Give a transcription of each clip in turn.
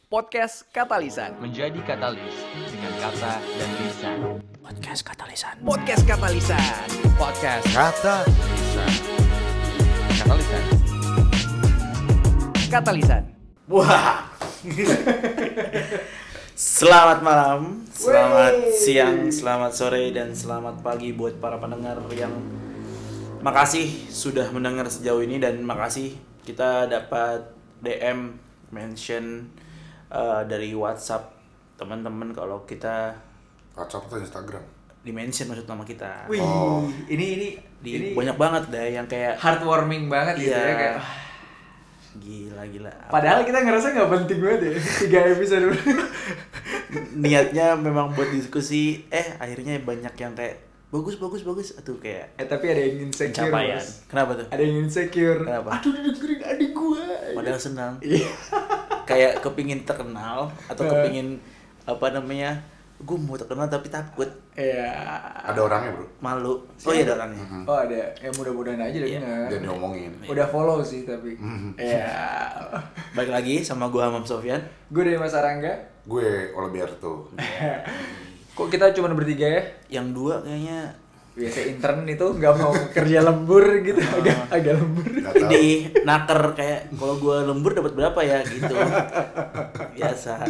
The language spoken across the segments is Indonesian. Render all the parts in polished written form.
Podcast Katalisan. Menjadi katalis dengan kata dan lisan. Podcast Katalisan. Podcast Katalisan. Podcast Kata lisan. Katalisan. Katalisan. Wah. Selamat malam, selamat siang, selamat sore, dan selamat pagi buat para pendengar yang makasih sudah mendengar sejauh ini, dan makasih kita dapat DM mention dari WhatsApp teman-teman kalau kita WhatsApp atau Instagram? di mention maksud nama kita. Wih, Oh. ini Banyak banget deh yang kayak heartwarming banget gitu Iya. ya kayak. gila. Padahal kita ngerasa nggak penting banget ya 3 episode. Niatnya memang buat diskusi, akhirnya banyak yang kayak bagus atau kayak Tapi ada yang insecure. pencapaian. Bos. Kenapa tuh? Ada yang insecure. Kenapa? Aduh, dengerin adik gua. Padahal senang. Iya. Kayak kepingin terkenal atau Eh. kepingin gue mau terkenal tapi takut, Iya. Ada orangnya bro, malu. Oh iya ada orangnya. Oh ada. Ya mudah-mudahan aja deh Iya. denger. jangan diomongin. Udah follow sih tapi. Iya. Balik lagi sama gue Hamam Sofyan. Gue dari Mas Arangga. Gue Oliberto. Kok kita cuma bertiga ya? Yang dua kayaknya Biasa intern itu nggak mau kerja lembur gitu, agak lembur. Gak tahu. di naker kayak kalau gue lembur dapat berapa ya gitu. Biasa.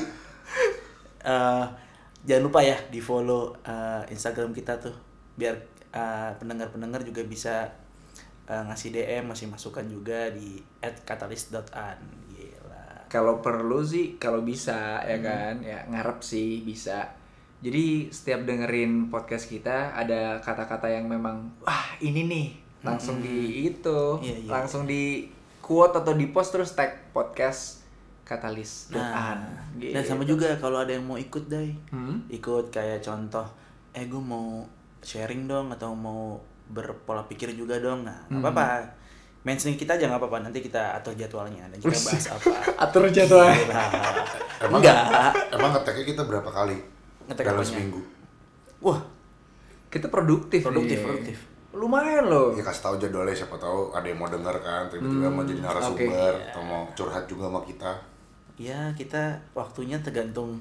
Jangan lupa ya di follow Instagram kita tuh biar pendengar-pendengar juga bisa ngasih DM, ngasih masukan juga di @katalis.an. Gila. Kalau perlu sih, kalau bisa ya kan, ya ngarep sih bisa. Jadi setiap dengerin podcast kita ada kata-kata yang memang wah ini nih langsung di itu, Iya. langsung di quote atau di post terus tag podcast katalis.an. Dan sama juga kalau ada yang mau ikut deh, Hmm? ikut kayak contoh, gue mau sharing dong atau mau berpola pikir juga dong. Nah, nggak apa-apa. Mention kita aja nggak apa-apa. Nanti kita atur jadwalnya dan kita bahas apa. Atur jadwal. Emang Enggak. Emang ngeteknya kita berapa kali? Ngetek dalam apanya? seminggu. Wah, Kita produktif. produktif. Lumayan loh. Ya kasih tahu jadwalnya, siapa tahu ada yang mau denger kan, tiba-tiba mau jadi narasumber oke. atau mau curhat juga sama kita. Ya, kita waktunya tergantung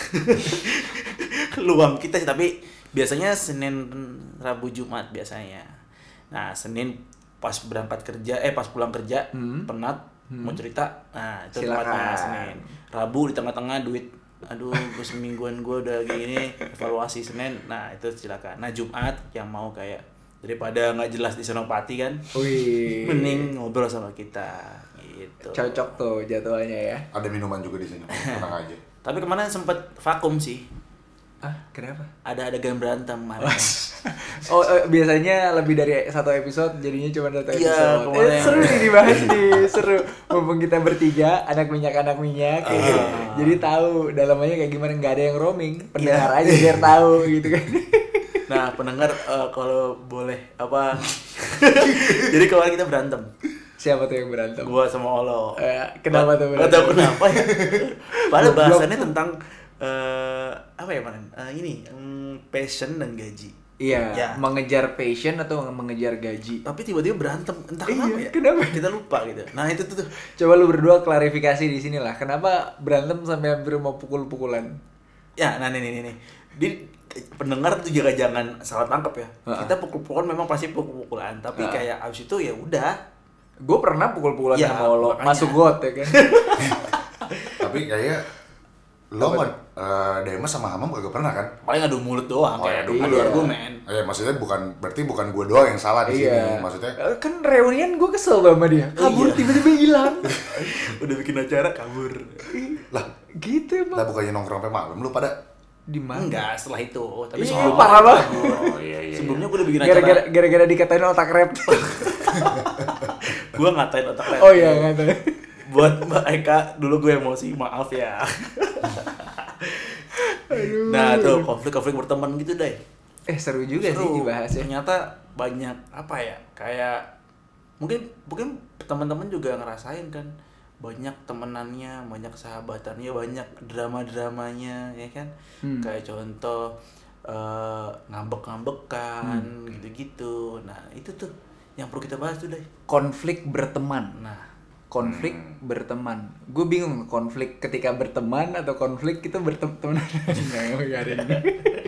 luang kita sih, tapi biasanya Senin, Rabu, Jumat biasanya. Nah, Senin pas berangkat kerja, pas pulang kerja, penat, mau cerita, nah itu Silakan. tempatnya Senin. Rabu di tengah-tengah duit, aduh, gue semingguan gue udah gini, evaluasi Senin, nah itu silakan. Nah, Jumat yang mau kayak daripada nggak jelas di Senopati kan, Wih. mending ngobrol sama kita, gitu. Cocok tuh jadwalnya ya. Ada minuman juga di sini, tenang aja. Tapi kemarin sempet vakum sih. Ah, kenapa? Ada adegan berantem kemarin. Oh, biasanya lebih dari satu episode, jadinya cuma satu Iya, episode. kemarin. Seru nih dibahas nih, seru. Mumpung kita bertiga, anak minyak. Jadi tahu dalamnya kayak gimana, nggak ada yang roaming. Pendengar aja biar tahu gitu kan. Nah, pendengar kalau boleh apa? Jadi kemarin kita berantem. Siapa tuh yang berantem? Gua sama Olo. Kenapa tuh Gak berantem? tahu kenapa ya. Padahal Blok-blok bahasannya tuh. tentang apa ya kemarin? Passion dan gaji. Iya, Ya. mengejar passion atau mengejar gaji. Tapi tiba-tiba berantem, entah Iya, kenapa ya. kenapa? Kita lupa gitu. Nah, itu tuh. Coba lu berdua klarifikasi di sini lah. Kenapa berantem sampai hampir mau pukul-pukulan? Ya, nah nih. Di pendengar tuh juga jangan salah tangkap ya. Kita pukul-pukulan memang pasti pukul-pukulan, tapi kayak abis itu ya udah. Gue pernah pukul-pukulan Ya, sama lo, makanya. masuk got ya kan. Tapi kayaknya lo sama Demas sama Hamam kagak pernah kan? Paling adu mulut doang, Oh, kayak adu adu mulut. argumen. Maksudnya berarti bukan gue doang yang salah di sini. Iya. Maksudnya Kan reunian gue kesel sama dia. Kabur iya. tiba-tiba hilang. Udah bikin acara kabur. lah, Gitu emang. lah bukannya nongkrong sampai malam lu pada. Di mana? Enggak, setelah itu. Tapi Iya, sebelumnya parah banget. Oh iya. Sebelumnya gue udah bikin acara. Gara-gara dikatain otak rap. Gue ngatain otak rap. Oh iya, ngatain. Buat Mbak Eka, dulu gue emosi, maaf ya. Nah, tuh konflik-konflik berteman gitu deh. Seru juga sih Seru. dibahasnya. Ternyata banyak apa ya? Kayak mungkin teman-teman juga ngerasain kan, banyak temenannya, banyak sahabatannya, banyak drama-dramanya, ya kan? Kayak contoh ngambek-ngambekan gitu-gitu. Nah, itu tuh yang perlu kita bahas tuh deh. Konflik berteman. Nah, konflik berteman. Gue bingung konflik ketika berteman atau konflik itu berteman. Nggak ada ini.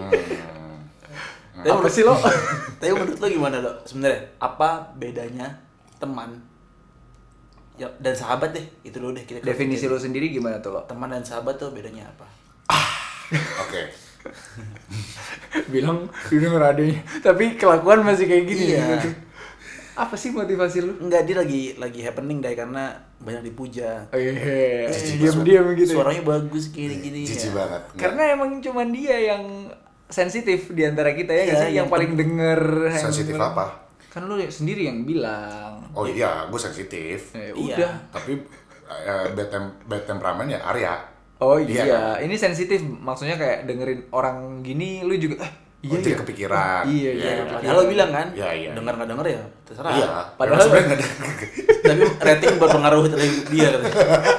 Apa sih lo? Tapi menurut lo gimana lo sebenarnya? Apa bedanya teman ya dan sahabat deh? Itu lo deh kita. Definisi lo sendiri gimana tuh lo? Teman dan sahabat tuh bedanya apa? Oke. Bilang dulu radionya, tapi kelakuan masih kayak gini. Iya. Ya. Apa sih motivasi lu? Enggak, dia lagi happening deh karena banyak dipuja. Diam-diam gitu. Suaranya bagus gini-gini. Jijik ya. banget. Karena emang cuman dia yang sensitif di antara kita ya, Iya, nggak sih? Yang paling denger. Sensitif apa? Kan lu sendiri yang bilang. Oh iya, gue sensitif. Iya. Udah. Tapi bad temperamen ya Arya. Oh Iya iya, kan? ini sensitif. Maksudnya kayak dengerin orang gini, lu juga Oh, jadi kepikiran. Iya, Iya. Padahal lo bilang kan, Iya, iya. denger nggak denger ya terserah. Iya. Padahal- Sebenarnya nggak ada. Tapi rating berpengaruh terhadap dia katanya.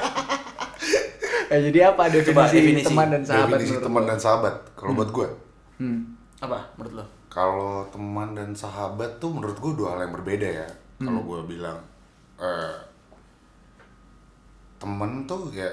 jadi apa definisi, definisi. teman dan sahabat Definisi menurut teman lo? dan sahabat. Kalau buat gue, Apa menurut lo? kalau teman dan sahabat tuh menurut gue dua hal yang berbeda ya. Kalau gue bilang temen tuh ya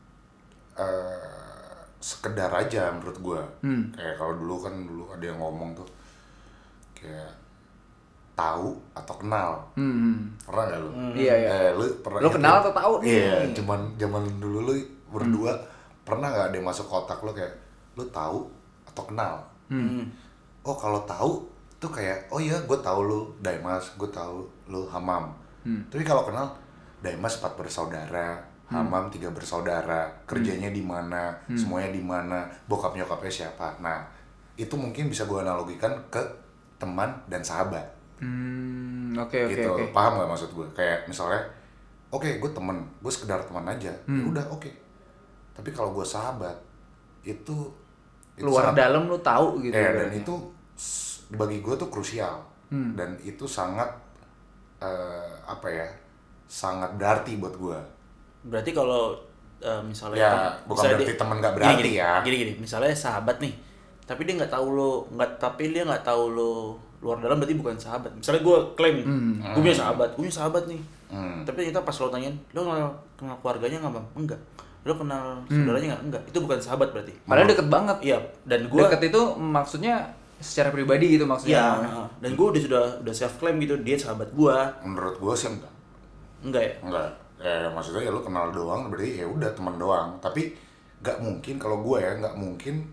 sekedar aja menurut gue. Kayak kalau dulu ada yang ngomong tuh kayak tahu atau kenal. Pernah gak lu? Iya, iya. Lu pernah? Lu kenal atau tahu nih? Iya, zaman dulu lu berdua pernah nggak ada yang masuk kotak lu kayak lu tahu atau kenal? Oh kalau tahu tuh kayak oh iya gue tahu lu Daimas, gue tahu lu Hamam. Tapi kalau kenal Daimas 4 bersaudara, Hamam 3 bersaudara, kerjanya di mana, semuanya di mana, bokap nyokapnya siapa. Nah itu mungkin bisa gue analogikan ke teman dan sahabat. Oke. Gitu, paham gak maksud gue? Kayak misalnya, oke, gue temen, gue sekedar teman aja, ya udah oke. Tapi kalau gue sahabat, itu Luar sangat- dalam lu tahu gitu. dan ibaratnya. itu bagi gue tuh krusial dan itu sangat apa ya, sangat berarti buat gue. Berarti kalau misalnya Ya, bukan misalnya berarti temen nggak berarti ya. Gini, misalnya sahabat nih, tapi dia nggak tahu lo, luar dalam berarti bukan sahabat. Misalnya gue klaim nih, gue punya sahabat nih. Tapi ternyata pas lo tanyain, lo kenal keluarganya nggak bang? Enggak. Lo kenal saudaranya nggak? Enggak. Itu bukan sahabat berarti. Padahal deket banget. Iya. Dan gue Deket itu maksudnya secara pribadi gitu maksudnya. Iya. Dan gue udah self claim gitu, dia sahabat gue. Menurut gue sih Enggak ya? enggak. Maksudnya ya lu kenal doang berarti ya udah teman doang. Tapi nggak mungkin kalau gue ya nggak mungkin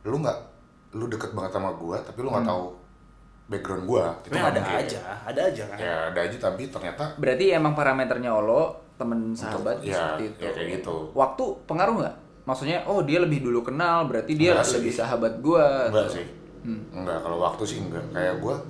lu deket banget sama gue tapi lu nggak tahu background gue. Tapi ada aja kan. Ya ada aja tapi ternyata Berarti emang parameternya lo temen sahabat ya, seperti itu. ya kayak gitu. Waktu pengaruh nggak? Maksudnya oh dia lebih dulu kenal berarti dia Enggak sih. lebih sahabat gua. Enggak sih. Enggak, kalau waktu sih enggak. Kayak gue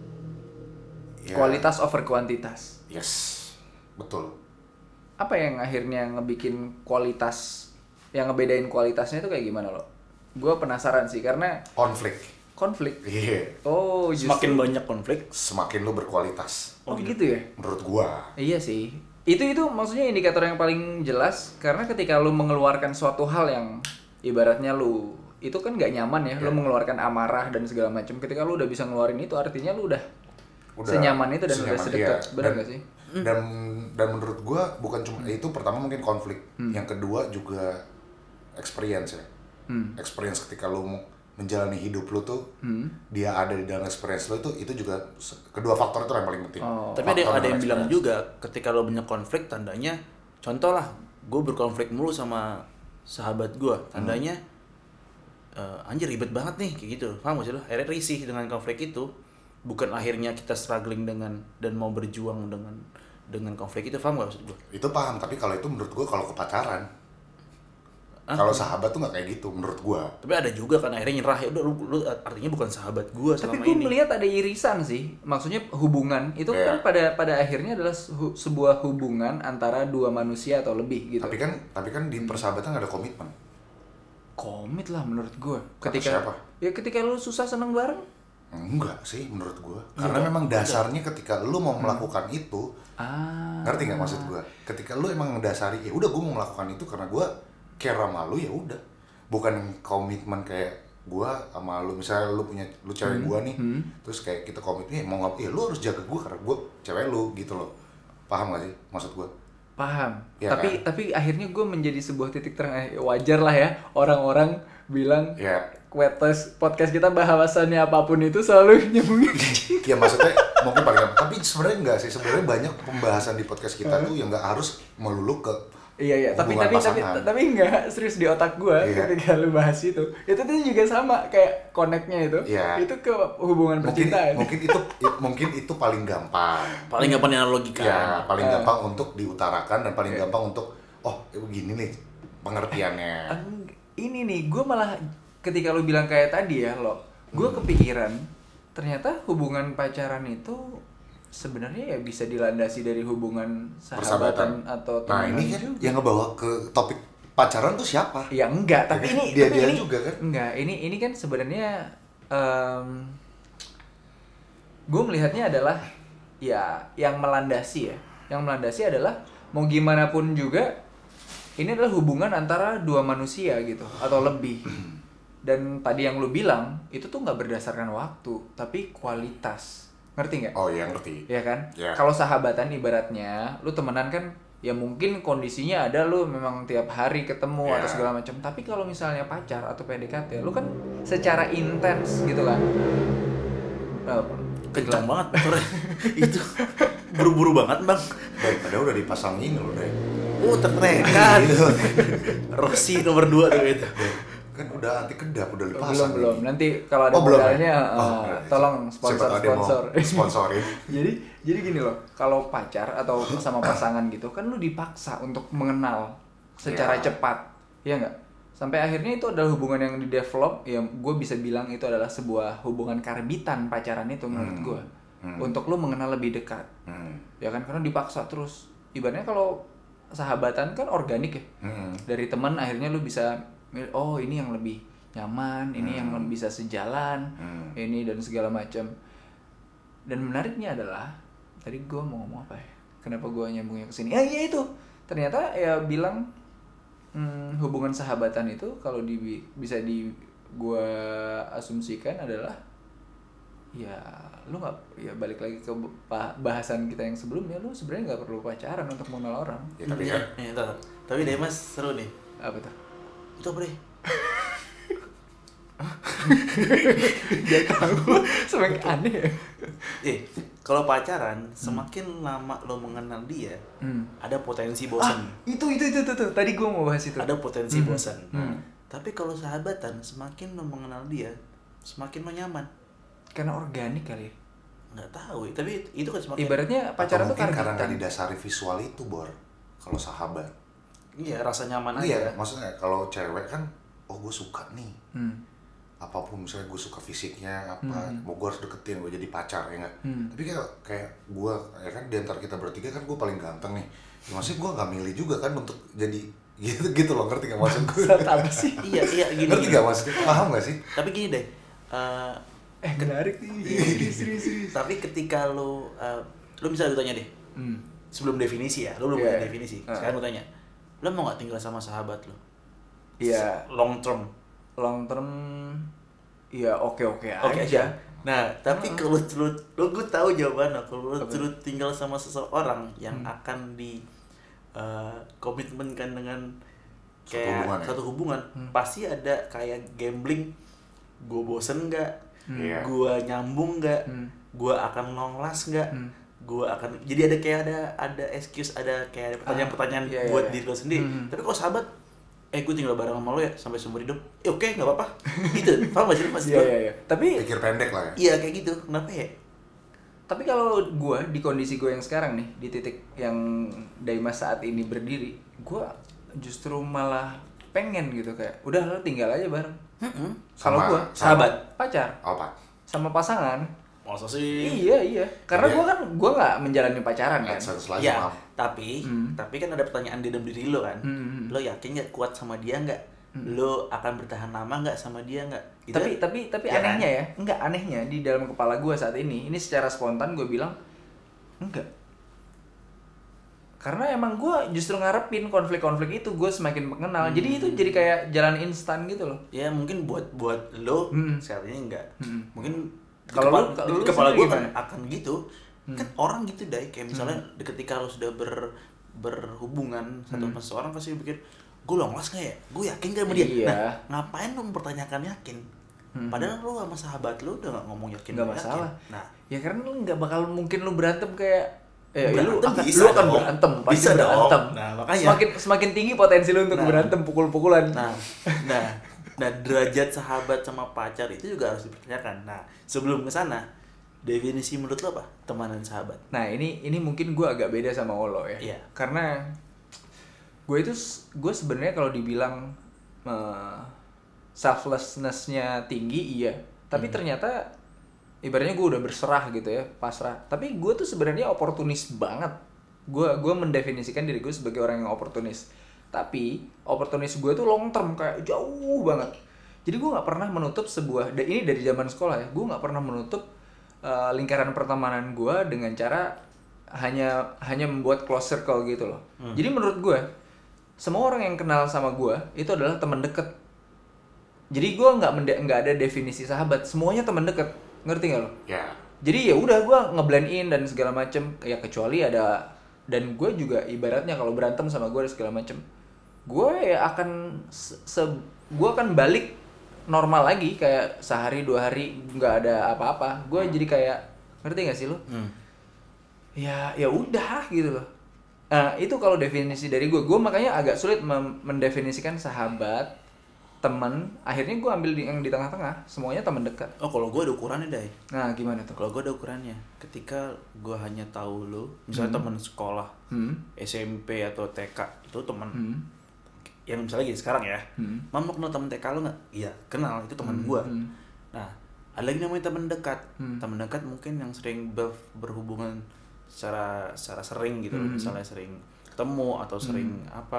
ya, Kualitas over kuantitas. yes. Betul. Apa yang akhirnya ngebikin kualitas, yang ngebedain kualitasnya itu kayak gimana lo? Gue penasaran sih karena Konflik. konflik. Iya. Oh justru. Semakin banyak konflik, Semakin lu berkualitas Oh gitu ya? menurut gua. Iya sih. Itu maksudnya indikator yang paling jelas karena ketika lu mengeluarkan suatu hal yang ibaratnya lu itu kan gak nyaman ya, lu mengeluarkan amarah dan segala macam. Ketika lu udah bisa ngeluarin itu artinya lu udah senyaman itu dan udah senyaman, sedekat. iya. Benar Dan- gak sih? Dan menurut gua bukan cuma itu, pertama mungkin konflik. Yang kedua juga experience ya. Experience ketika lu menjalani hidup lu tuh dia ada di dalam experience lu itu juga kedua faktor itu yang paling penting. Oh. tapi ada Faktor yang dan bilang experience. juga ketika lo banyak konflik tandanya, contoh lah, gue berkonflik mulu sama sahabat gue, tandanya anjir ribet banget nih kayak gitu, paham gak sih lo? Akhirnya risih dengan konflik itu, bukan akhirnya kita struggling dengan dan mau berjuang dengan konflik itu, paham gak maksud gue? Itu paham, tapi kalau itu menurut gua kalau ke pacaran. Kalau sahabat tuh nggak kayak gitu menurut gua. Tapi ada juga kan akhirnya nyerah, ya udah lu artinya bukan sahabat gue Tapi selama gue ini. melihat ada irisan sih. Maksudnya hubungan itu Iya. kan pada akhirnya adalah sebuah hubungan antara dua manusia atau lebih gitu. Tapi kan di persahabatan nggak ada komitmen. Komit lah menurut gue. Kata siapa? Ya ketika lu susah seneng bareng. Enggak sih menurut gua. Karena memang dasarnya ketika lu mau melakukan itu, ngerti nggak maksud gua? Ketika lu emang mendasari, ya udah gua mau melakukan itu karena gua care sama lu, ya udah. Bukan komitmen kayak gua sama lu, misalnya lu cewek gua nih, terus kayak kita komitmen, mau ngapain? Ya lu harus jaga gua karena gua cewek lu gitu loh. Paham gak sih maksud gua? Paham. Ya, Tapi akhirnya gue menjadi sebuah titik terang. Wajar lah ya orang-orang bilang Ya. podcast kita bahasannya apapun itu selalu nyambungin. Ya maksudnya mungkin paling gampang. Tapi sebenarnya enggak sih. Sebenarnya banyak pembahasan di podcast kita tuh yang enggak harus melulu ke Iya, tapi hubungan pasangan. enggak serius di otak gue Iya. ketika lu bahas itu tuh juga sama kayak connect-nya itu. Iya. Itu ke hubungan percintaan. Mungkin itu paling gampang. Paling gampang dianalogikan. Ya, paling gampang untuk diutarakan dan paling gampang untuk begini nih pengertiannya. Ini nih, gue malah ketika lu bilang kayak tadi ya gue kepikiran ternyata hubungan pacaran itu sebenarnya ya bisa dilandasi dari hubungan sahabatan atau Nah, teman ini kan juga. yang ngebawa ke topik pacaran tuh siapa? Ya enggak, tapi ini Dia tapi ini juga kan? enggak, ini kan sebenarnya gue melihatnya adalah ya yang melandasi adalah mau gimana pun juga ini adalah hubungan antara dua manusia gitu atau lebih. Dan tadi yang lu bilang itu tuh nggak berdasarkan waktu tapi kualitas, ngerti nggak? Oh iya, ngerti. Ya kan? Ya. Kalau sahabatan ibaratnya lu temenan kan ya mungkin kondisinya ada lu memang tiap hari ketemu Ya. atau segala macam. Tapi kalau misalnya pacar atau PDKT, lu kan secara intens gitu kan. Kencang banget motornya. Itu buru-buru banget, Bang. Daripada udah dipasangin loh, Dek. Tertekan. Rossi nomor 2 tuh itu. Kan udah anti kedap, udah dipasang. Belum. Nanti kalau ada belum modalnya ya? tolong Siapa tahu dia mau sponsor. sponsorin. Jadi gini loh, kalau pacar atau sama pasangan gitu kan lu dipaksa untuk mengenal secara Ya. cepat, ya nggak? Sampai akhirnya itu adalah hubungan yang di-develop, ya gue bisa bilang itu adalah sebuah hubungan karbitan pacaran itu menurut gue. Untuk lu mengenal lebih dekat. Ya kan, karena dipaksa terus. Ibaratnya kalau sahabatan kan organik ya. Dari teman akhirnya lu bisa, oh ini yang lebih nyaman, ini yang bisa sejalan, ini dan segala macam. Dan menariknya adalah tadi gue mau ngomong apa ya? Kenapa gue nyambungnya ke sini? Iya itu. Ternyata ya bilang hubungan sahabatan itu kalau bisa gue asumsikan adalah ya lu nggak, ya balik lagi ke bahasan kita yang sebelumnya, lu sebenarnya nggak perlu pacaran untuk mengenal orang. Ya, tapi kan Tapi deh Mas seru nih. Apa tuh? Itu apa deh? Gak tahu. Semakin aneh ya. Kalau pacaran semakin lama lo mengenal dia, ada potensi bosan. Itu. Tadi gue mau bahas itu. Ada potensi bosan. Tapi kalau sahabatan semakin lo mengenal dia, semakin lo nyaman. Karena organik kali ya. Nggak tahu, tapi itu kan semakin. Ibaratnya pacaran tuh mungkin karena karbitan. nggak didasari visual itu, Bor. Kalau sahabat. Iya, rasa nyaman aja. Iya, maksudnya kalau cewek kan, oh gue suka nih. Apapun misalnya gue suka fisiknya mau gue harus deketin gue jadi pacar ya nggak. Tapi kayak gue ya kan di antara kita bertiga kan gue paling ganteng nih. Ya, maksudnya gue nggak milih juga kan untuk jadi gitu loh, ngerti nggak maksud gue? Apa sih? Iya gini. Ngerti nggak maksudnya? Paham nggak sih? Tapi gini deh. Menarik nih. Serius. Tapi ketika lo misalnya gue tanya deh. Sebelum definisi ya, lo belum punya definisi. Sekarang gue tanya, lo mau nggak tinggal sama sahabat lo? Iya. Long term. Ya oke aja. Nah, tapi kalau lo gue tahu jawabannya. Kalau lo tinggal sama seseorang yang akan di komitmenkan dengan kayak satu hubungan, pasti ada kayak gambling. Gue bosen nggak? Gue nyambung nggak? Gue akan long last nggak? Gue akan jadi ada excuse, ada kayak pertanyaan-pertanyaan buat diri lo sendiri. Tapi kalau sahabat, gue tinggal bareng sama lo ya sampai seumur hidup. Oke, nggak apa-apa. Gitu. Paham gak sih Mas? Iya. Tapi Pikir pendek lah ya. iya kayak gitu. Kenapa ya? Tapi kalau gue di kondisi gue yang sekarang nih, di titik yang Daimas saat ini berdiri, gue justru malah pengen gitu kayak, udah lo tinggal aja bareng. Kalau gue sahabat, pacar, Apa? sama pasangan. masa sih? Iya. Karena gue nggak menjalani pacaran kan. AdSense lagi, Ya, maaf. tapi kan ada pertanyaan di dalam diri lo kan. Lo yakin nggak kuat sama dia nggak? Lo akan bertahan lama nggak sama dia nggak? Gitu Tapi ya anehnya kan? ya, enggak anehnya di dalam kepala gue saat ini secara spontan gue bilang enggak. Karena emang gue justru ngarepin konflik-konflik itu, gue semakin mengenal. Jadi itu jadi kayak jalan instan gitu loh. Ya mungkin buat lo seharusnya enggak. Mungkin Kalau di lu kepala sendiri gue kan gimana? akan gitu. Kan orang gitu deh, kayak misalnya ketika lo sudah berhubungan satu sama seseorang pasti pikir gue lolos nggak ya, gue yakin gak sama dia. Iya. Nah, ngapain lu mempertanyakan yakin? Padahal lu sama sahabat lu udah gak ngomong yakin. Nggak lu masalah. yakin. Nah, Ya karena lu nggak bakal mungkin lu berantem kayak Berantem bisa lu akan dong. berantem, pasti Bisa dong. berantem. Nah, makanya. Semakin tinggi potensi lu untuk Nah. berantem pukul-pukulan. nah derajat sahabat sama pacar itu juga harus dipertanyakan. Nah, sebelum ke sana, definisi menurut lo apa teman dan sahabat? Nah ini mungkin gue agak beda sama Olo ya. Iya. Karena gue sebenarnya kalau dibilang selflessness-nya tinggi iya, tapi ternyata ibaratnya gue udah berserah gitu ya, pasrah. Tapi gue tuh sebenarnya oportunis banget. Gue mendefinisikan diri gue sebagai orang yang oportunis. Tapi oportunis gue tuh long term, kayak jauh banget. Jadi gue nggak pernah menutup sebuah, ini dari zaman sekolah ya, gue nggak pernah menutup lingkaran pertemanan gue dengan cara hanya membuat close circle gitu loh. Jadi menurut gue semua orang yang kenal sama gue itu adalah teman deket. Jadi gue nggak ada definisi sahabat, semuanya teman deket, ngerti nggak lo? Ya. Jadi ya udah gue ngeblend in dan segala macem, ya kecuali ada, dan gue juga ibaratnya kalau berantem sama gue dan segala macem, gue ya akan gue akan balik normal lagi kayak sehari 2 hari nggak ada apa-apa. Gue jadi kayak, ngerti nggak sih lo? Ya udah gitu loh. Nah itu kalau definisi dari gue makanya agak sulit mendefinisikan sahabat, teman. Akhirnya gue ambil yang di tengah-tengah, semuanya teman dekat. Oh, kalau gue ada ukurannya, Day. Nah gimana tuh? Kalau gue ada ukurannya. Ketika gue hanya tahu lo, misalnya teman sekolah, SMP atau TK, itu teman. Yang misalnya gini sekarang ya, Mam lo kenal teman TK lo nggak? Iya, kenal, itu teman gue. Nah, ada lagi namanya teman dekat. Teman dekat mungkin yang sering berhubungan secara sering gitu, misalnya sering ketemu atau sering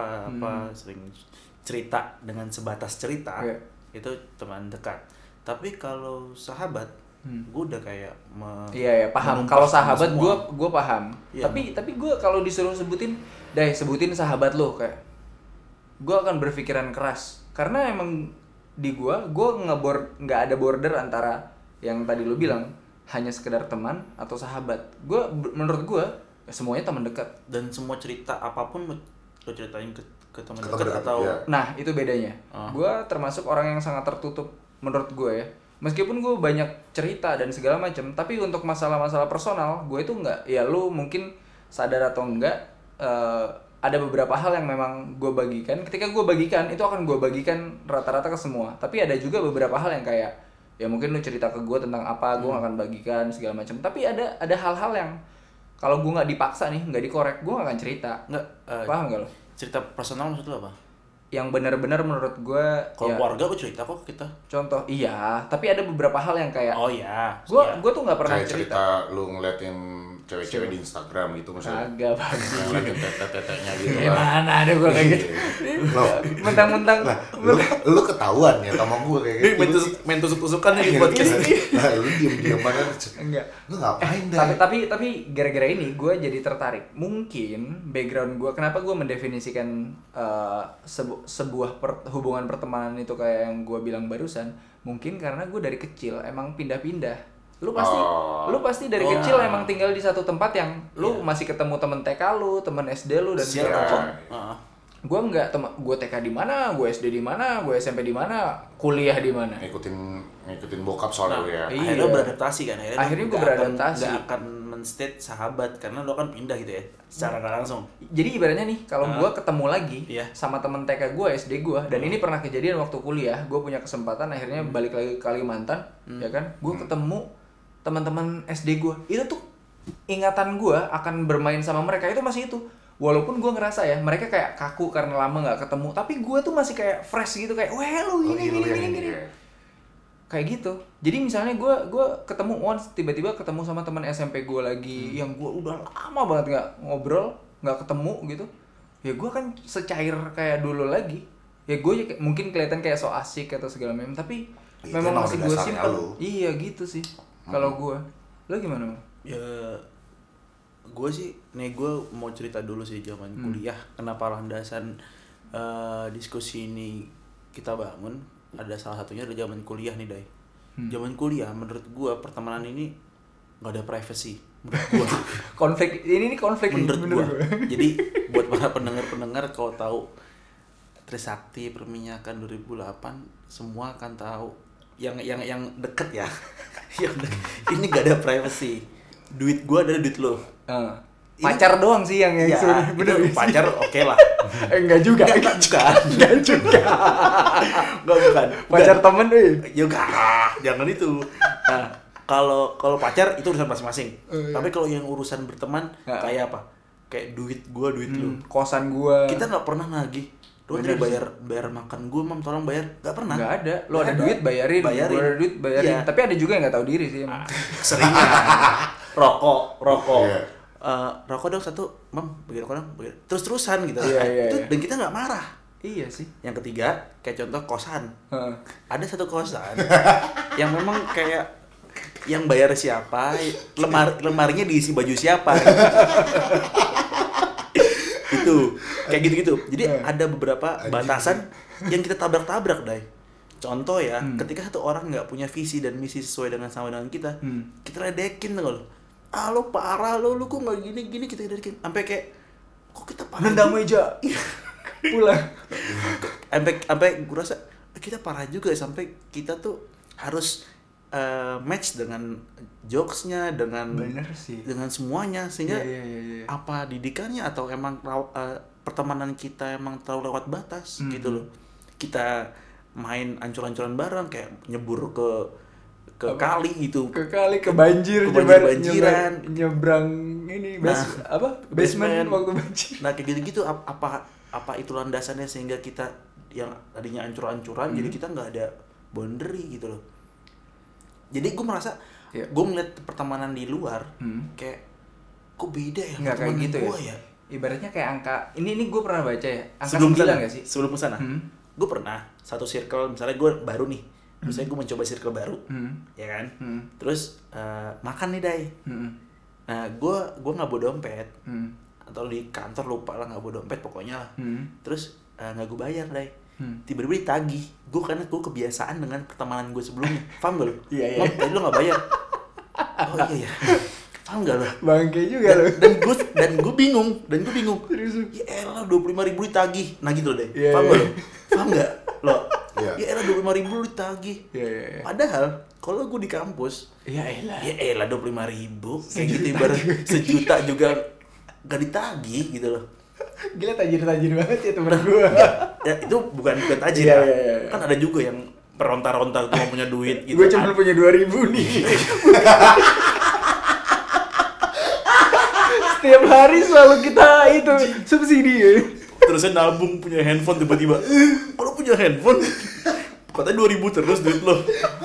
sering cerita dengan sebatas cerita, itu teman dekat. Tapi kalau sahabat, gue udah kayak Iya paham. Kalau sahabat gue paham. Iya. Tapi gue kalau disuruh sebutin sahabat lo, kayak gue akan berpikiran keras karena emang di gue nggak ada border antara yang tadi lo bilang hanya sekedar teman atau sahabat. Menurut gue semuanya teman dekat. Dan semua cerita apapun lo ceritain ke teman Ke teman dekat dekat, atau iya. Nah itu bedanya. Gue termasuk orang yang sangat tertutup menurut gue ya. Meskipun gue banyak cerita dan segala macam, tapi untuk masalah-masalah personal gue itu nggak. Ya lu mungkin sadar atau enggak, ada beberapa hal yang memang gue bagikan. Ketika gue bagikan itu akan gue bagikan rata-rata ke semua. Tapi ada juga beberapa hal yang kayak ya mungkin lu cerita ke gue tentang apa, gue gak akan bagikan segala macam. Tapi ada hal-hal yang kalau gue nggak dipaksa nih, nggak dikorek, gue gak akan cerita. nggak Paham gak lo? cerita personal maksud lo apa? Yang benar-benar menurut gue Kalau keluarga gue cerita kok ke kita. contoh iya, tapi ada beberapa hal yang kayak Oh iya. gue tuh nggak pernah Kayak cerita. cerita lu ngeliatin cewek-cewek di Instagram gitu misalnya. Agak bagus. Ngeliatin tete-tetenya gitu lah. Gimana ada gue kayak gitu. Loh, Mentang-mentang nah, lu ketahuan ya sama gue kayak Ini gitu. main tusuk-tusukan nih di podcast. Nah, lu diem-diem aja. enggak. Lu ngapain dah? Tapi gara-gara ini gue jadi tertarik. Mungkin background gue kenapa gue mendefinisikan sebuah hubungan pertemanan itu kayak yang gue bilang barusan. Mungkin karena gue dari kecil emang pindah-pindah. Lu pasti dari kecil emang tinggal di satu tempat yang lu masih ketemu temen TK lu, temen SD lu dan segala macam. Gue enggak, gue TK di mana, gue SD di mana, gue SMP di mana, kuliah di mana. Ngikutin bokap soalnya lu ya. Iya. Akhirnya beradaptasi kan. Akhirnya gue beradaptasi. Gak akan men-state sahabat karena lo kan pindah gitu ya, secara gak langsung. Jadi ibaratnya nih, kalau gue ketemu lagi Iya. sama temen TK gue, SD gue, dan ini pernah kejadian waktu kuliah, gue punya kesempatan akhirnya balik lagi ke Kalimantan, ya kan? Gue ketemu teman-teman SD gue, itu tuh ingatan gue akan bermain sama mereka itu masih itu. Walaupun gue ngerasa ya, mereka kayak kaku karena lama nggak ketemu, tapi gue tuh masih kayak fresh gitu, kayak, weh lu gini. Kayak gitu. Jadi misalnya gue ketemu once, tiba-tiba ketemu sama teman SMP gue lagi yang gue udah lama banget nggak ngobrol, nggak ketemu gitu. Ya gue kan secair kayak dulu lagi. Ya gue mungkin kelihatan kayak so asik atau segala macam, tapi Itu memang emang masih udah gue dasarnya simpen. lu. Iya gitu sih. Kalau gue, lo gimana? Bang? Ya gue sih, nih gue mau cerita dulu sih zaman kuliah. Kenapa landasan diskusi ini kita bangun? Ada salah satunya dari zaman kuliah nih, Day. Zaman kuliah menurut gue pertemanan ini nggak ada privacy. menurut gua. Konflik ini konflik Menurut gua. gua. Jadi buat para pendengar kalau tahu Trisakti Perminyakan 2008 semua akan tahu yang deket ya. Ini gak ada privacy. Duit gua adalah duit lo. Pacar doang sih yang Ya, bener itu pacar oke lah. enggak juga. Enggak juga. Bukan. Pacar temen Ya enggak, jangan itu. Nah, kalau pacar itu urusan masing-masing. Tapi kalau yang urusan berteman kayak apa? Kayak duit gua, duit lu. Kosan gua. Kita nggak pernah nagih. Lu tadi bayar makan gua, Mam, tolong bayar. Nggak pernah. Nggak ada. Lu ada duit bayarin. Gua ada duit bayarin. Iya. Tapi ada juga yang nggak tahu diri sih emang. Seringnya. Rokok. Iya. Rokok dong satu, Mam, bagi rokok dong. Terus-terusan gitu. Iya. Dan kita nggak marah. Iya sih. Yang ketiga, kayak contoh kosan. Heeh. Ada satu kosan yang memang kayak yang bayar siapa, lemarinya diisi baju siapa. Itu kayak gitu-gitu. Jadi ada beberapa batasan yang kita tabrak-tabrak, Dai. Contoh ya, ketika satu orang nggak punya visi dan misi sesuai sama dengan kita, kita ledekin tuh lo. Ah, lo parah lo kok nggak gini kita ledekin. Sampai kayak kok kita parah. Nendang juga? meja. Pulang. Sampai gue rasa kita parah juga sampai kita tuh harus match dengan jokesnya, dengan Bener sih. dengan semuanya, sehingga Iya. apa didikannya atau emang pertemanan kita emang terlalu lewat batas gitu loh. Kita main ancur-ancuran bareng kayak nyebur ke kali gitu, Ke kali ke banjir, banjiran, nyebrang ini basement waktu banjir. Nah kayak gitu-gitu apa itu landasannya sehingga kita yang tadinya ancur-ancuran jadi kita nggak ada boundary gitu loh. Jadi gue merasa gue ngeliat pertemanan di luar kayak kok beda ya Nggak kayak gitu gua ya. Ibaratnya kayak angka ini gue pernah baca ya, angka sebelum 9 sana nggak sih? sebelum sana gue pernah satu circle, misalnya gue baru nih, misalnya gue mencoba circle baru ya kan, terus makan nih Dai. Nah gue nggak bawa dompet, atau di kantor lupa lah nggak bawa dompet pokoknya lah. Terus nggak gue bayar Dai. Tiba-tiba ditagih. Gue karena gue kebiasaan dengan pertemanan gue sebelumnya. Paham gak lo? Iya. Mam, tadi lo gak bayar. Oh iya. Paham gak lo? Bangke juga lo. Dan gue bingung. Serius. Ya elah 25.000 ditagih. Nah gitu deh. Iya, Paham iya. gak lo? Paham gak lo? Iya. Ya elah 25.000 ditagih. Iya. Padahal kalau gue di kampus, Ya elah. ya elah 25.000. Kayak gitu ibarat sejuta juga gak ditagih gitu loh. Gila tajir banget ya temen gue. Ya itu bukan tajir Iya, lah. iya. Kan ada juga yang peronta-ronta cuma punya duit gitu. Gue cuma punya 2.000 nih. Setiap hari selalu kita itu subsidi ya. Terusnya nabung punya handphone tiba-tiba. Kalau punya handphone katanya 2.000 terus duit lo.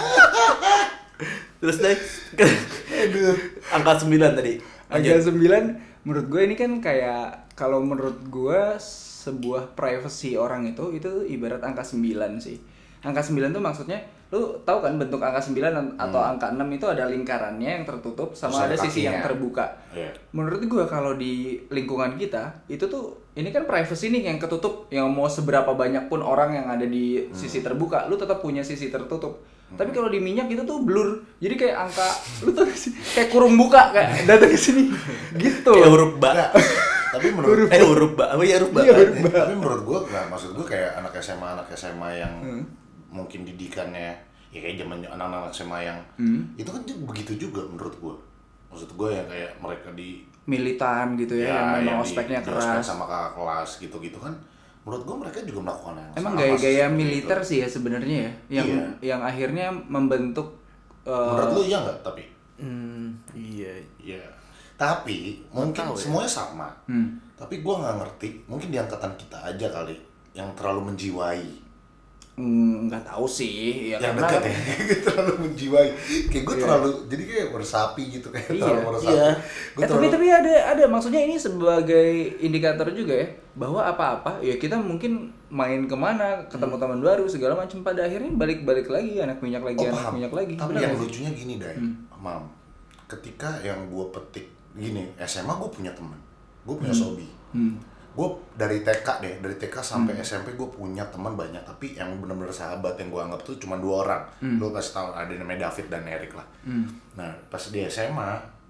Terus deh angka 9 tadi. Angka 9 menurut gue ini kan kayak, kalau menurut gue sebuah privacy orang itu ibarat angka 9 sih. Angka 9 tuh maksudnya, lu tahu kan bentuk angka 9 atau angka 6 itu ada lingkarannya yang tertutup sama Terus ada ada sisi yang kakinya. terbuka. Iya. Menurut gue kalau di lingkungan kita itu tuh, ini kan privacy nih yang ketutup, yang mau seberapa banyak pun orang yang ada di sisi terbuka, lu tetap punya sisi tertutup. Tapi kalau di minyak itu tuh blur. Jadi kayak angka, lu tau gak sih? Kayak kurung buka, kayak datang ke sini. Gitu. Kayak huruf ba. Nah, tapi menurut Huruf ba. Apa ya huruf ba? tapi menurut gue, nah maksud gue kayak anak SMA yang mungkin didikannya ya kayak zaman anak-anak SMA yang itu kan begitu juga menurut gue. Maksud gue yang kayak mereka di Militan gitu ya, yang memang di- ospeknya di ospek keras. sama kakak kelas gitu-gitu kan. Menurut gue mereka juga melakukan yang Emang sama gaya-gaya seperti militer itu. sih ya sebenarnya ya, yang akhirnya membentuk Menurut lu iya nggak? Tapi Iya. iya. Tapi mungkin tahu ya. semuanya sama. Tapi gue nggak ngerti. Mungkin di angkatan kita aja kali yang terlalu menjiwai. nggak tahu sih ya, Yang karena dekat ya, terlalu menjiwai. Kayak gue terlalu, jadi kayak bersapi gitu kayak Iya, terlalu bersapi. iya. Gua tapi ada maksudnya ini sebagai indikator juga ya, bahwa apa-apa ya kita mungkin main kemana, ketemu teman baru segala macam, pada akhirnya balik lagi anak minyak lagi. Tapi Bener yang nggak sih? lucunya gini Dai, Mam. Ketika yang gue petik gini, SMA gue punya teman, gue punya sobi. Gue dari TK sampai SMP gue punya teman banyak, tapi yang benar-benar sahabat yang gue anggap tuh cuma 2 orang. Lo kasih tahu ada namanya David dan Eric lah. Nah pas di SMA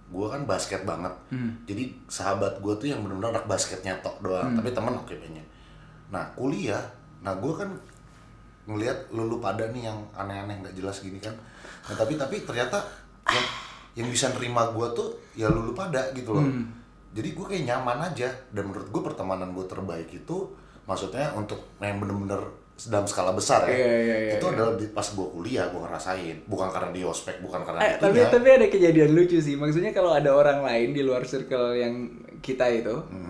gue kan basket banget. Jadi sahabat gue tuh yang benar-benar anak basketnya tok doang, tapi temen oke punya. Nah kuliah, nah gue kan ngelihat lu pada nih yang aneh-aneh nggak jelas gini kan. Nah tapi ternyata yang bisa nerima gue tuh ya lu pada gitu loh. Jadi gue kayak nyaman aja, dan menurut gue pertemanan gue terbaik itu maksudnya untuk yang bener-bener dalam skala besar ya. Itu adalah pas gue kuliah gue ngerasain, bukan karena di ospek, bukan karena tapi ada kejadian lucu sih. Maksudnya kalau ada orang lain di luar circle yang kita itu,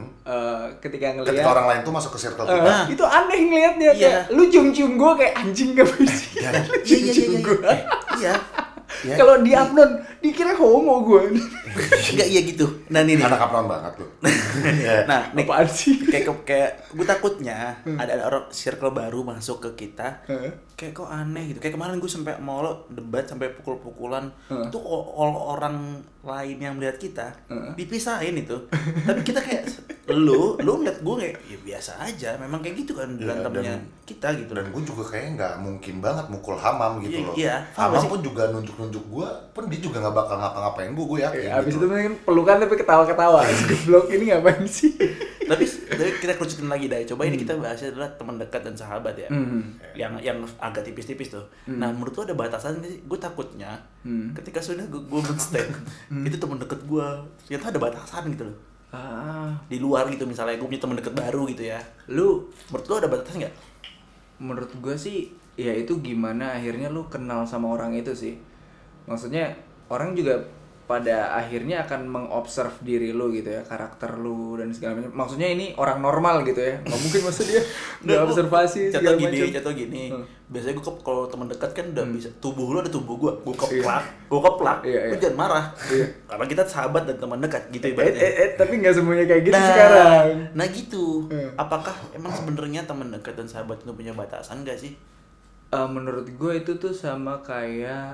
ketika ngelihat orang lain tuh masuk ke circle kita, itu aneh ngelihatnya. Kayak lu cium-cium gue kayak anjing gak bersih. Cium-cium gue. Iya. Ya. Kalau di upload dikira homo gue. Enggak iya gitu. Nah ini nih. anak upload banget lu. Nah, nih Apaan sih? kayak gue takutnya ada orang circle baru masuk ke kita. Kayak kok aneh gitu. Kayak kemarin gue sampai mau lo debat sampai pukul-pukulan. Itu kalau orang lain yang melihat kita dipisahin itu. Tapi kita kayak lu ngeliat gue kayak ya biasa aja. Memang kayak gitu kan berantemnya kita gitu. Dan gue juga kayak nggak mungkin banget mukul Hamam gitu loh. Iya. Hamam pun juga nunjuk gue, pun dia juga nggak bakal ngapa-ngapain gue yakin. Abis gitu. itu mungkin pelukan tapi ketawa-ketawa. Goblok ini ngapain sih? tapi kita kerucutin lagi Dai. Coba ini kita bahasnya adalah teman dekat dan sahabat ya. Yang agak tipis-tipis tuh. Nah, menurut lu ada batasan nggak sih? Gue takutnya ketika sudah gue men-stand itu teman dekat gue, ternyata ada batasan gitu loh. Di luar gitu misalnya gue punya teman dekat baru gitu ya. Menurut lu ada batasan nggak? Menurut gue sih ya itu gimana akhirnya lu kenal sama orang itu sih. Maksudnya orang juga pada akhirnya akan mengobserv diri lu gitu ya, karakter lu dan segala macam. Maksudnya ini orang normal gitu ya. Nggak mungkin maksud dia nggak observasi segala macam. Contoh gini. Biasanya gue kalau teman dekat kan udah bisa tubuh lu ada tubuh gue keplak, lu jangan marah. Karena kita sahabat dan teman dekat gitu ibaratnya. Tapi nggak semuanya kayak gitu sekarang. Nah gitu. Apakah emang sebenarnya teman dekat dan sahabat itu punya batasan nggak sih? Menurut gue itu tuh sama kayak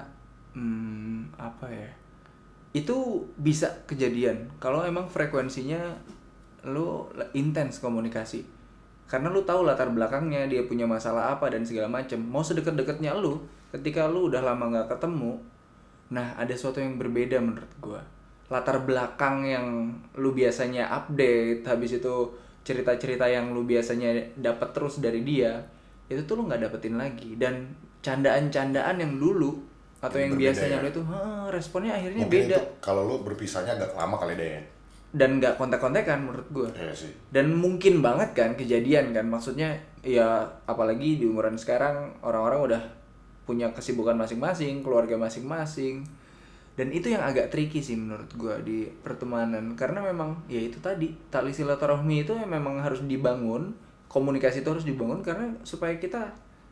apa ya? Itu bisa kejadian kalau emang frekuensinya lu intens komunikasi. Karena lu tahu latar belakangnya, dia punya masalah apa dan segala macem. Mau sedekat-dekatnya lu, ketika lu udah lama nggak ketemu, nah ada sesuatu yang berbeda menurut gua. Latar belakang yang lu biasanya update, habis itu cerita-cerita yang lu biasanya dapat terus dari dia, itu tuh lu nggak dapetin lagi. Dan candaan-candaan yang dulu atau yang biasanya lu itu responnya akhirnya mungkin beda. Kalau lu berpisahnya agak lama kali deh. Dan nggak kontak-kontakan menurut gue. Iya sih. Dan mungkin banget kan kejadian kan, maksudnya ya apalagi di umuran sekarang orang-orang udah punya kesibukan masing-masing, keluarga masing-masing, dan itu yang agak tricky sih menurut gue di pertemanan. Karena memang ya itu tadi tali silaturahmi itu memang harus dibangun, komunikasi itu harus dibangun karena supaya kita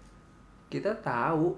tahu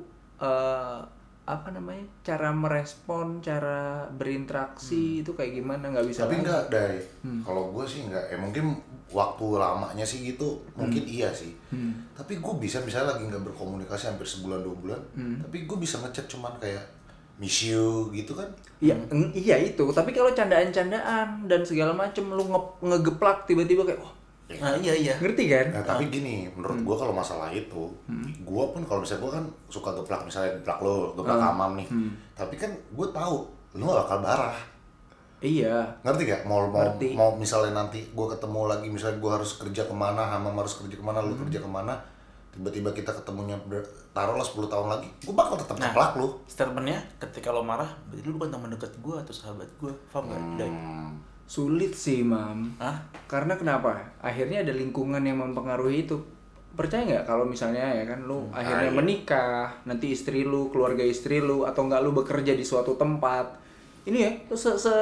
apa namanya, cara merespon, cara berinteraksi itu kayak gimana, nggak bisa. Tapi enggak Dai, kalau gue sih enggak, mungkin waktu lamanya sih gitu, mungkin iya sih. Tapi gue bisa misalnya lagi nggak berkomunikasi hampir sebulan 2 bulan, tapi gue bisa ngechat cuman kayak miss you gitu kan. Iya itu, tapi kalau candaan-candaan dan segala macem lu ngegeplak tiba-tiba kayak Nah iya. Ngerti kan? Nah tapi gini, menurut gue kalau masalah itu, gue pun kalau misalnya gue kan suka geplak, misalnya geplak lo, geplak Hamam nih. Tapi kan gue tahu lo gak bakal marah. Iya. Ngerti gak? Mau misalnya nanti gue ketemu lagi, misalnya gue harus kerja kemana, Hamam harus kerja kemana, lu kerja kemana, tiba-tiba kita ketemunya taruhlah 10 tahun lagi, gue bakal tetap geplak lo. Statementnya ketika lo marah, berarti lu bukan teman dekat gue atau sahabat gue, paham gak? Sulit sih, Mam. Karena kenapa? Akhirnya ada lingkungan yang mempengaruhi itu. Percaya nggak kalau misalnya ya kan lu akhirnya menikah, nanti istri lu, keluarga istri lu, atau nggak lu bekerja di suatu tempat. Ini ya, lu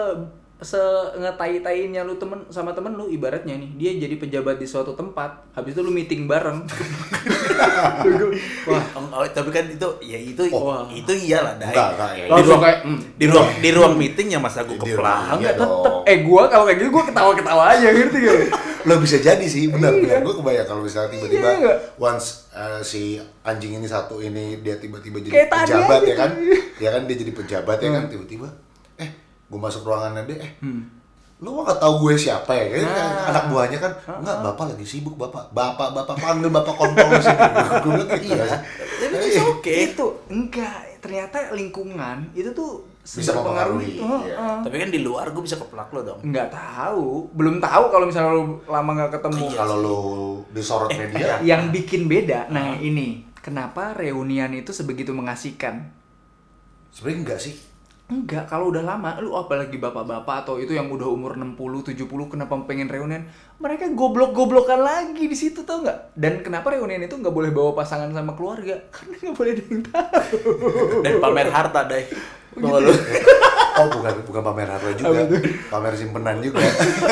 ngetai-tainya lu sama temen lu, ibaratnya nih dia jadi pejabat di suatu tempat, habis itu lu meeting bareng. Wah, tapi kan itu iyalah Dai. Di ruang meeting ya masa gue keplak. Enggak tetep. Gua kalau kayak gitu gua ketawa-ketawa aja, ngerti gak? Lo bisa jadi sih, benar. Gue kebayang kalau misalnya tiba-tiba once si anjing ini satu ini dia tiba-tiba jadi pejabat ya kan? Ya kan dia jadi pejabat ya kan, tiba-tiba gue masuk ruangannya deh, lu gak tau gue siapa ya? Anak buahnya kan, enggak, bapak lagi sibuk, bapak panggil bapak kontol sih. Gue bilang gitu. Iya. Tapi oke. Itu enggak, ternyata lingkungan itu tuh Bisa mempengaruhi, itu. iya. Tapi kan di luar gue bisa keplak lo dong. Nggak tahu, belum tahu kalau misalnya lu lama nggak ketemu. Kalau lu disorot media, Yang bikin beda, nah ini kenapa reunian itu sebegitu mengasihkan? sebenarnya enggak sih. Enggak, kalau udah lama, lu apalagi bapak-bapak atau itu yang udah umur 60, 70, kenapa pengen reunian? Mereka goblok-goblokan lagi di situ, tau nggak? Dan kenapa reunian itu nggak boleh bawa pasangan sama keluarga? Karena nggak boleh ada yang tahu. Dan pamer harta, Dai. Bawa lu. Oh, bukan pamer harta juga. Pamer simpenan juga.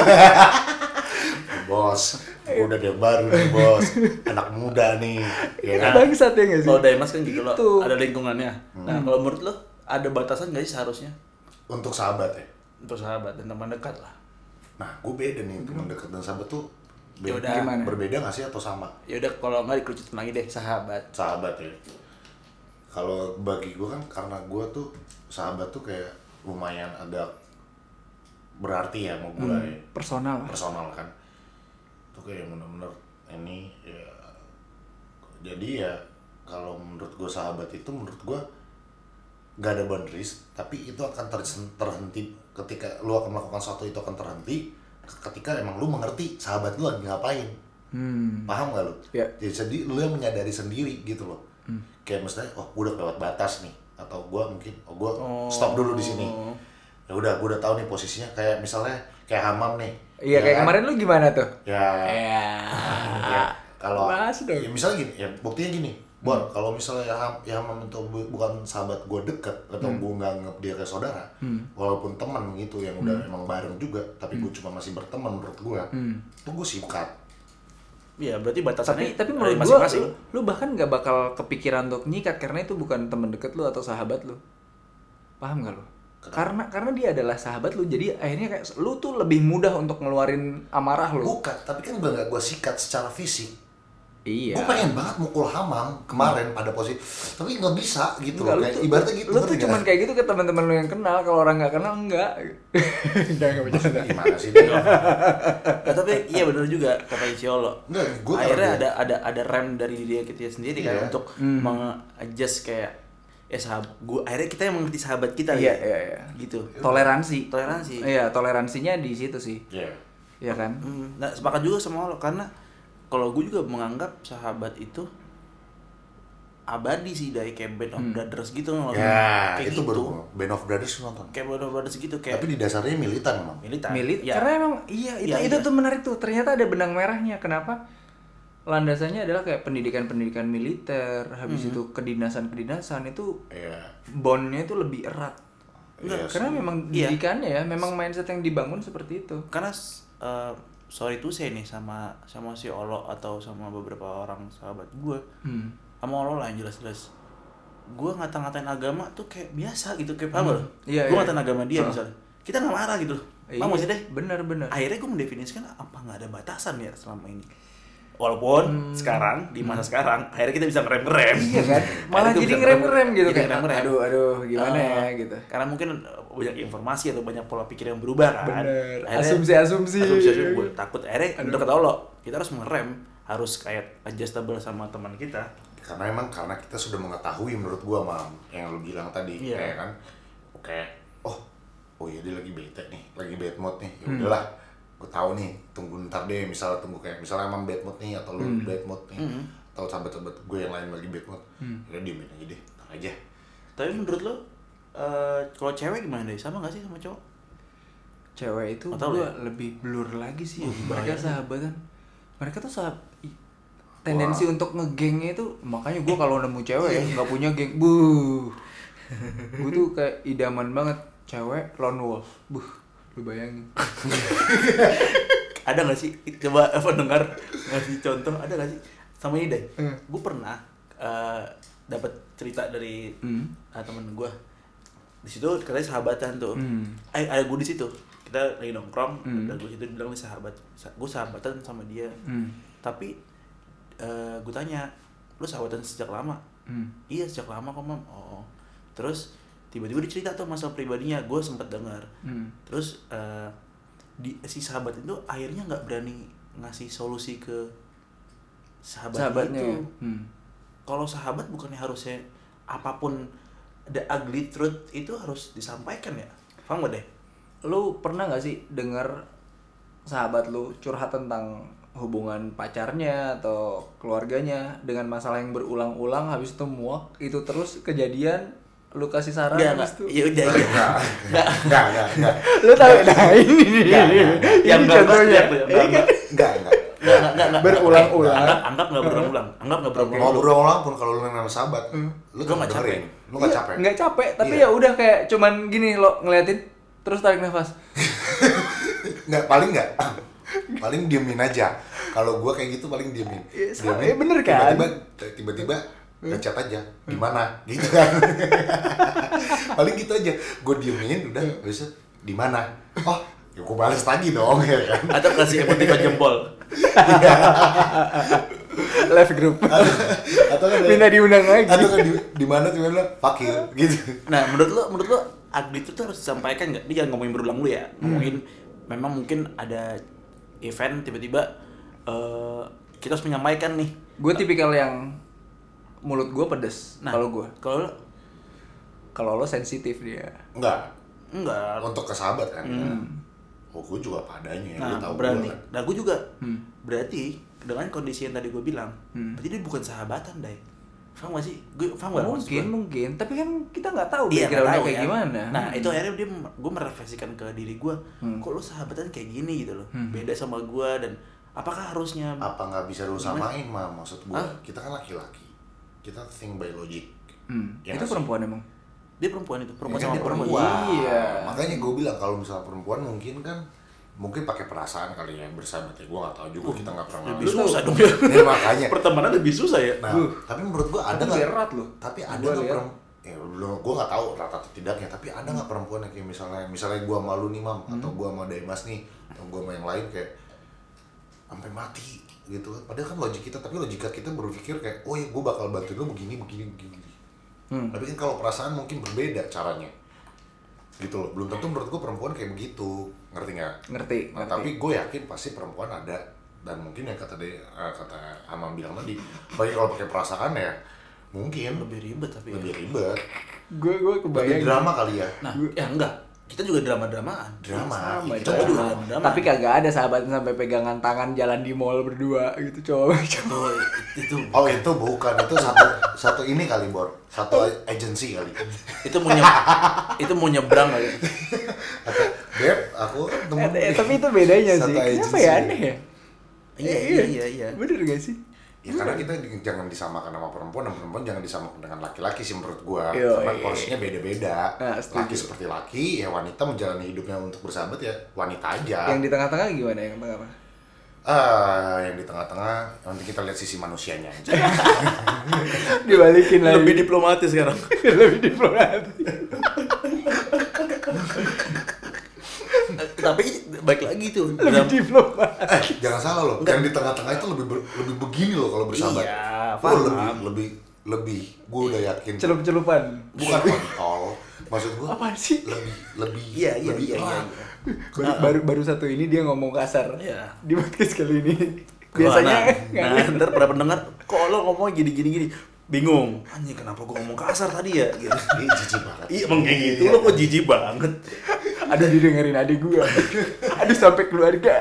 Bos, gue udah ada yang baru nih, Bos. Anak muda nih. Ya kan? Bangsat ya nggak sih? Kalau Daimas kan gitu loh, Itu. ada lingkungannya. Nah, kalau menurut lo ada batasan nggak sih seharusnya Untuk sahabat ya. untuk sahabat dan teman dekat lah? Nah, gue beda nih, teman dekat dan sahabat tuh Yaudah. Gimana? berbeda nggak sih atau sama? Ya udah kalau nggak dikerucutin lagi deh sahabat. Sahabat ya. Kalau bagi gue kan karena gue tuh sahabat tuh kayak lumayan agak berarti ya mau gue ya. Personal lah. Personal kan. Tuh kayak bener-bener ini ya. Jadi ya kalau menurut gue sahabat itu menurut gue gak ada boundaries, tapi itu akan terhenti ketika lu akan melakukan sesuatu, itu akan terhenti ketika emang lu mengerti sahabat lu lagi ngapain. Paham gak lu? Ya. Jadi lu yang menyadari sendiri gitu loh. Kayak misalnya, oh gue udah lewat batas nih, atau gue mungkin, gue stop dulu di sini. Ya udah, gue udah tahu nih posisinya. Kayak misalnya kayak Hamam nih. Iya, ya kayak kan? kemarin lu gimana tuh? Ya. Ya, kalau Bahas dong. ya misalnya gini, ya buktinya gini. Bor, kalau misalnya Hamam itu bukan sahabat gue deket atau gue nggak anggap dia kayak saudara, walaupun teman gitu yang udah emang bareng juga, tapi gue cuma masih berteman menurut gue, tuh gue sikat. Iya, berarti batasannya Tapi dari menurut gua masing-masing. lu bahkan nggak bakal kepikiran untuk nyikat karena itu bukan teman deket lu atau sahabat lu. Paham gak lu? Karena dia adalah sahabat lu, jadi akhirnya kayak lu tuh lebih mudah untuk ngeluarin amarah lu. Bukan, tapi kan gue nggak gue sikat secara fisik. Iya. Gue pengen banget mukul Hamam kemarin pada posisi, tapi nggak bisa gitu Enggak, loh. Kayak ibaratnya gitu. Lu ngerti tuh nggak? cuman kayak gitu ke teman-teman lu yang kenal, kalau orang nggak kenal enggak. Enggak bercanda. Gimana sih dia? Nah, tapi iya benar juga kata Iciolo. Enggak, gua Akhirnya tahu ada rem dari diri kita sendiri kan Iya. untuk meng-adjust kayak sahabat gua, akhirnya kita yang mengerti sahabat kita Iya, ya. iya. Gitu. Toleransi. Toleransi. Iya, toleransinya di situ sih. Iya. Iya kan? Nah, sepakat juga sama lo karena kalau gue juga menganggap sahabat itu abadi sih, dari kayak Band of Brothers gitu loh. Ya, Kayak itu gitu. baru Band of Brothers nonton. Kayak Band of Brothers gitu kayak Tapi di dasarnya militan memang. militan. Ya. Karena emang iya itu Iya, itu iya. tuh menarik tuh. Ternyata ada benang merahnya. Kenapa? Landasannya adalah kayak pendidikan militer, habis itu kedinasan itu Iya. bondnya itu lebih erat. Iya Karena sih. memang Iya. didikannya ya, memang mindset yang dibangun seperti itu. Karena sorry tuh saya nih sama si Olo atau sama beberapa orang sahabat gue, sama Olo lah yang jelas-jelas gue ngata-ngatain agama tuh kayak biasa gitu, kayak paham lo? Iya, Gue iya. ngatain agama dia misalnya, kita nggak marah gitu loh. Paham nggak sih deh? Bener. Akhirnya gue mendefinisikan apa nggak ada batasan ya selama ini. Walaupun sekarang di masa sekarang akhirnya kita bisa ngerem-ngerem. Iya kan? Malah Akhirnya gua jadi bisa ngerem-ngerem gitu jadi kayak ngerem-ngerem. aduh gimana ya gitu. Karena mungkin banyak informasi atau banyak pola pikir yang berubah kan. Bener. Akhirnya- Asumsi. asumsi gue takut akhirnya udah kata lo, kita harus mengerem, harus kayak adjustable sama teman kita. Karena kita sudah mengetahui menurut gua Mam yang lu bilang tadi Iya. kayak kan kayak oh iya dia lagi bete nih, lagi bad mood nih. Ya udahlah, gua tahu nih, tunggu ntar deh, misalnya emang bad mood nih atau lu bad mood nih. Atau sahabat-sahabat gue yang lain lagi bad mood. Ya diemin aja deh, tenang aja. Tapi menurut lo kalau cewek gimana deh? Sama gak sih sama cowok? Cewek itu Nggak tahu gua ya? lebih blur lagi sih. bahaya Mereka sahabatan. Mereka tuh tendensi untuk ngegengnya itu, makanya gue kalau nemu cewek ya nggak punya geng, gue tuh kayak idaman banget cewek lone wolf, lu bayangin. Ada gak sih? Coba pendengar ngasih contoh, ada gak sih? Sama ini deh. Gue pernah dapat cerita dari temen gue. Di situ katanya sahabatan tuh. Ada gue di situ. Kita lagi nongkrong, dan gue situ bilang nih gue sahabatan sama dia. Tapi gue tanya, lu sahabatan sejak lama? Iya sejak lama kok Mam. Oh. Terus tiba-tiba dia cerita tuh masalah pribadinya, gue sempat dengar. Terus si sahabat itu akhirnya nggak berani ngasih solusi ke sahabatnya itu. Kalau sahabat bukannya harusnya apapun the ugly truth itu harus disampaikan ya. Paham gak deh? Lu pernah nggak sih dengar sahabat lu curhat tentang hubungan pacarnya atau keluarganya dengan masalah yang berulang-ulang, habis itu muak, itu terus kejadian, lu kasih saran habis itu? Ya udah ya. Enggak. Lu tahu nah ini Yang contohnya. Enggak. Berulang-ulang. Anggap enggak berulang-ulang. Mau berulang pun kalau lu sama sahabat, lu Gua nggak dengerin. capek. Lu nggak capek. Nggak capek, tapi Iya. ya udah kayak cuman gini lo ngeliatin terus tarik nafas. Paling diemin aja. Kalau gua kayak gitu paling diemin. Iya, bener kan? Tiba-tiba ngechat aja. Di mana? Gitu kan. Paling gitu aja. Gua diemin udah bisa di mana? Oh, ya gua balas lagi dong ya kan. Atau kasih emoticon jempol. Live group. Atau kan Minta diundang lagi. Atau kan di mana tuh bilang fuck you gitu. Nah, menurut lo ugly itu tuh harus disampaikan nggak? Dia jangan ngomongin berulang dulu ya. Ngomongin memang mungkin ada event tiba-tiba kita harus menyampaikan nih. Gue tipikal yang mulut gue pedes. Nah, Kalau gue, kalau lo sensitif dia. Enggak. enggak. Untuk ke sahabat kan. Oh, gue juga padanya. Nah, Lu tahu berarti. gua kan. Nah, gue juga. Berarti dengan kondisi yang tadi gue bilang, berarti dia bukan sahabatan, Dai. Paham gak sih? Paham gak maksud gue? Mungkin. Tapi kan kita nggak tahu Iya, backgroundnya nggak tahu kayak ya. gimana. Nah, itu akhirnya gue merefleksikan ke diri gue, kok lu sahabatan kayak gini gitu loh. Beda sama gue, dan apakah harusnya Apa nggak bisa lu samain mah maksud gue? Hah? Kita kan laki-laki. Kita think by logic. Ya itu nggak sih? perempuan emang. dia perempuan itu, perempuan Ya kan sama dia perempuan. perempuan. Iya. Makanya gue bilang kalau misalnya perempuan mungkin pakai perasaan kali ya bersahabat ya. Gue nggak tahu juga, kita nggak pernah Lebih ngalamin. susah dong ya. Ya, makanya. Pertemanan lebih susah ya. Nah, tapi menurut gue ada Itu nggak? berat loh. Tapi ada Gua nggak lihat. perempuan? Ya belum, gue nggak tahu rata atau tidaknya. Tapi ada nggak perempuan yang kayak misalnya gue malu nih mam, atau gue sama Daimas nih, atau gue sama yang lain kayak sampai mati gitu kan? Padahal kan logika kita berpikir kayak, oh ya gue bakal bantuin lo begini. Tapi kan kalau perasaan mungkin berbeda caranya. Gitu loh, belum tentu menurut gue perempuan kayak begitu, ngerti nggak? Ngerti. Nah, tapi gue yakin pasti perempuan ada, dan mungkin yang kata Amam bilang tadi, bagi kalau pakai perasaan ya mungkin Lebih ribet tapi lebih ya. ribet, Gue lebih kebayang. drama kali ya. Nah, ya enggak. Kita juga drama-dramaan. Drama, Sama, kita Kita juga drama. drama-drama. Tapi kagak ada sahabat sampai pegangan tangan jalan di mall berdua gitu coba. Oh, itu Oh itu bukan, itu satu ini kali Bor, satu agensi kali. itu mau nyebrang kali. Kata, Beb, aku temen. Tapi itu bedanya Satu sih. Kenapa agency. ya aneh ya? Iya. Bener gak sih? Ya karena kita jangan disamakan sama perempuan, dan perempuan jangan disamakan dengan laki-laki sih menurut gua. Yo, Karena iya. porsinya beda-beda. Nah, setuju. Laki seperti laki, ya wanita menjalani hidupnya untuk bersahabat ya wanita aja. Yang di tengah-tengah gimana? Yang tengah apa? Yang di tengah-tengah nanti kita lihat sisi manusianya aja. Dibalikin lagi. Lebih diplomatis sekarang. Lebih diplomatis. Tapi baik lagi tuh. Lebih diplomatis. Jangan salah loh. Yang di tengah-tengah itu lebih begini loh kalau bersahabat. Iya, Oh, paham. lebih. Gue udah yakin. Celup-celupan. Bukan kontol. Maksud gue Apaan sih? lebih Iya. erat. Baru satu ini dia ngomong kasar. Iya. Di podcast kali ini. Biasanya ntar para pendengar kok lo ngomong gini bingung, anjing kenapa gua ngomong kasar tadi ya gitu. Ih, jijik banget. Iya emang kayak gitu, lo kok jijik banget. aduh didengerin adik gua. Aduh sampai keluarga.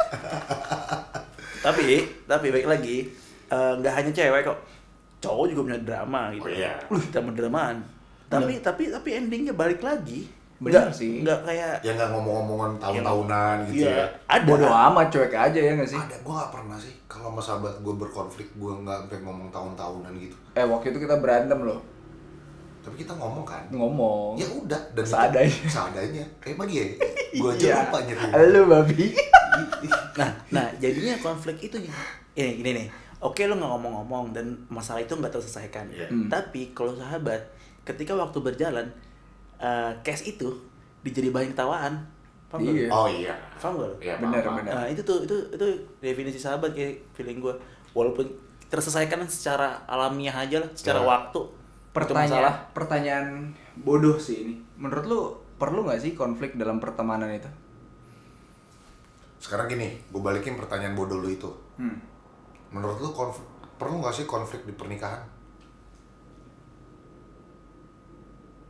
Tapi baik lagi, nggak hanya cewek kok, cowok juga punya drama gitu. Oh, iya. Drama dramaan. Tapi endingnya balik lagi. Benar Nggak- sih. Nggak kayak Ya nggak ngomong-ngomongan tahun-tahunan gitu iya, ya. ada. Bodoh amat cuek aja ya nggak sih? Ada, gue gak pernah sih kalau sama sahabat gue berkonflik, gue nggak sampai ngomong tahun-tahunan gitu. Waktu itu kita berantem loh. Tapi kita ngomong kan. Ngomong. Ya udah, dan itu- Seadanya. seadanya. Emang iya. Gue aja Iya. lupa nyetir. Halo babi. Nah jadinya konflik itu ini nih. Oke lo nggak ngomong-ngomong dan masalah itu nggak terselesaikan. Iya. Tapi kalau sahabat, ketika waktu berjalan, case itu dijadi bahan ketawaan. Paham nggak? Iya. Oh iya. Paham nggak lo? Iya, Benar, paham. benar. Nah itu definisi sahabat kayak feeling gue. Walaupun terselesaikan secara alamiah aja lah, secara Ya. waktu. Itu masalah. Pertanyaan bodoh sih ini. Menurut lu perlu nggak sih konflik dalam pertemanan itu? Sekarang gini, gue balikin pertanyaan bodoh lu itu. Menurut lu perlu nggak sih konflik di pernikahan?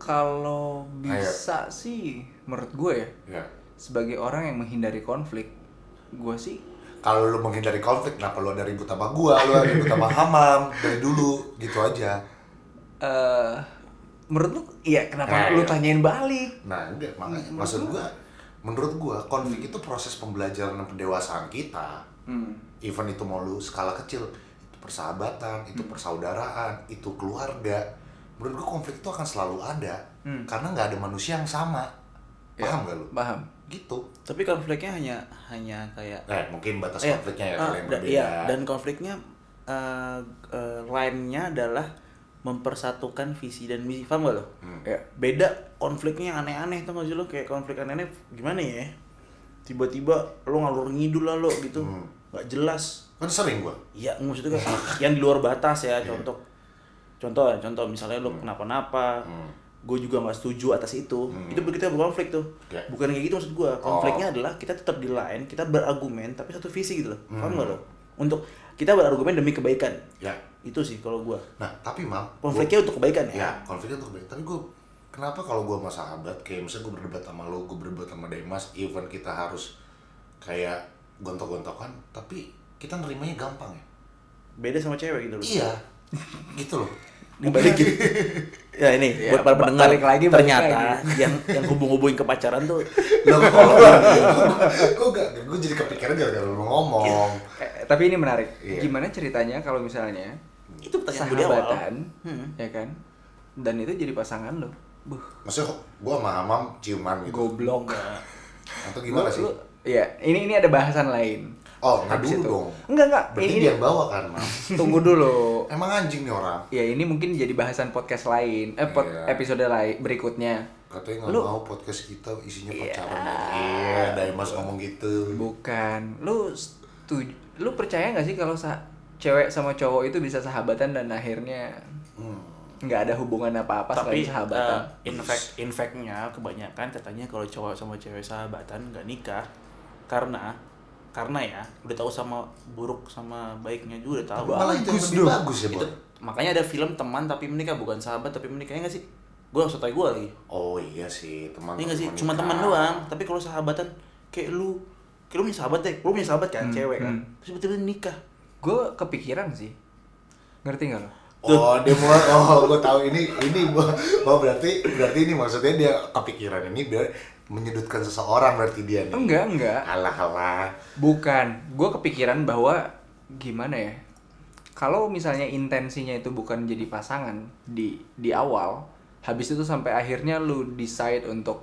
Kalau bisa sih menurut gue ya, Ya. sebagai orang yang menghindari konflik, gue sih Kalau lu menghindari konflik, kenapa lu ada ribut sama gua, lu ada ribut sama Hamam dari dulu, gitu aja. menurut lu iya kenapa Nah, lu iya. tanyain balik? Nah, enggak, makanya maksud gua, menurut gua konflik itu proses pembelajaran dan pendewasaan kita. Even itu mau lu skala kecil, itu persahabatan, itu persaudaraan, itu keluarga. Menurut gua konflik itu akan selalu ada, karena nggak ada manusia yang sama. Paham nggak lu? Paham. Gitu. Tapi konfliknya hanya kayak Mungkin batas konfliknya ya kalian berbeda. iya, dan konfliknya line-nya adalah mempersatukan visi dan misi. Paham gak lo? Ya. Beda konfliknya yang aneh-aneh, tau gak sih lo? Kayak konflik aneh-aneh gimana ya? Tiba-tiba lo ngalur ngidul lah lo gitu, gak jelas. Kan sering gua. Iya, maksudnya kayak yang di luar batas ya. Contoh misalnya lo kenapa-napa, gue juga nggak setuju atas itu kita berkonflik tuh. Ya. Bukan kayak gitu maksud gue. Konfliknya adalah kita tetap di line, kita berargumen tapi satu visi gitu loh. Paham nggak lo? Untuk kita berargumen demi kebaikan. Ya. Itu sih kalau gue. Nah, tapi Mam, Konfliknya untuk kebaikan ya. ya, konfliknya untuk kebaikan. Tapi gue, kenapa kalau gue sama sahabat, kayak misalnya gue berdebat sama lo, gue berdebat sama Demas, even kita harus kayak gontok-gontokan, tapi kita nerimanya gampang ya? Beda sama cewek gitu loh. Iya, gitu loh. Dibalikin. Ya ini Ya, buat para pendengar, balik lagi. ternyata yang hubung-hubungin ke pacaran tuh Lo gue jadi kepikiran gara-gara lo ngomong. Tapi ini menarik. Iya. Gimana ceritanya kalau misalnya itu pertanyaan gue di awal. sahabatan, ya kan? Dan itu jadi pasangan lo. Maksudnya gue sama Hamam ciuman gitu. Goblok. Atau gimana sih? Iya, ini ada bahasan lain. Oh, nggak Habis dulu itu. dong. Enggak. Berarti Ini dia yang bawa kan, Mam? tunggu dulu. Emang anjing nih orang. Ya ini mungkin jadi bahasan podcast lain, Iya. episode lain berikutnya. Katanya Lu- nggak mau podcast kita isinya pacaran. Iya, Daimas ngomong gitu. Bukan, lu percaya nggak sih kalau cewek sama cowok itu bisa sahabatan dan akhirnya nggak ada hubungan apa-apa Tapi selain sahabatan? in fact-nya kebanyakan katanya kalau cowok sama cewek sahabatan nggak nikah karena ya udah tahu sama buruk sama baiknya juga udah tahu. Malah itu yang Bagus lebih dong. bagus ya, Itu Boy. makanya ada film teman tapi menikah, bukan sahabat tapi menikah, ya nggak sih? Gue langsung tanya gue lagi. Oh iya sih, teman. Iya nggak sih? Cuma teman doang. Tapi kalau sahabatan kayak lu punya sahabat deh, lu punya sahabat kan, cewek kan. Terus tiba-tiba nikah. Gue kepikiran sih, ngerti nggak lo? Oh, dia mau gue tahu ini berarti ini maksudnya dia kepikiran ini biar menyudutkan seseorang berarti dia nih. Enggak. Alah. Bukan, gue kepikiran bahwa gimana ya? Kalau misalnya intensinya itu bukan jadi pasangan di awal, habis itu sampai akhirnya lu decide untuk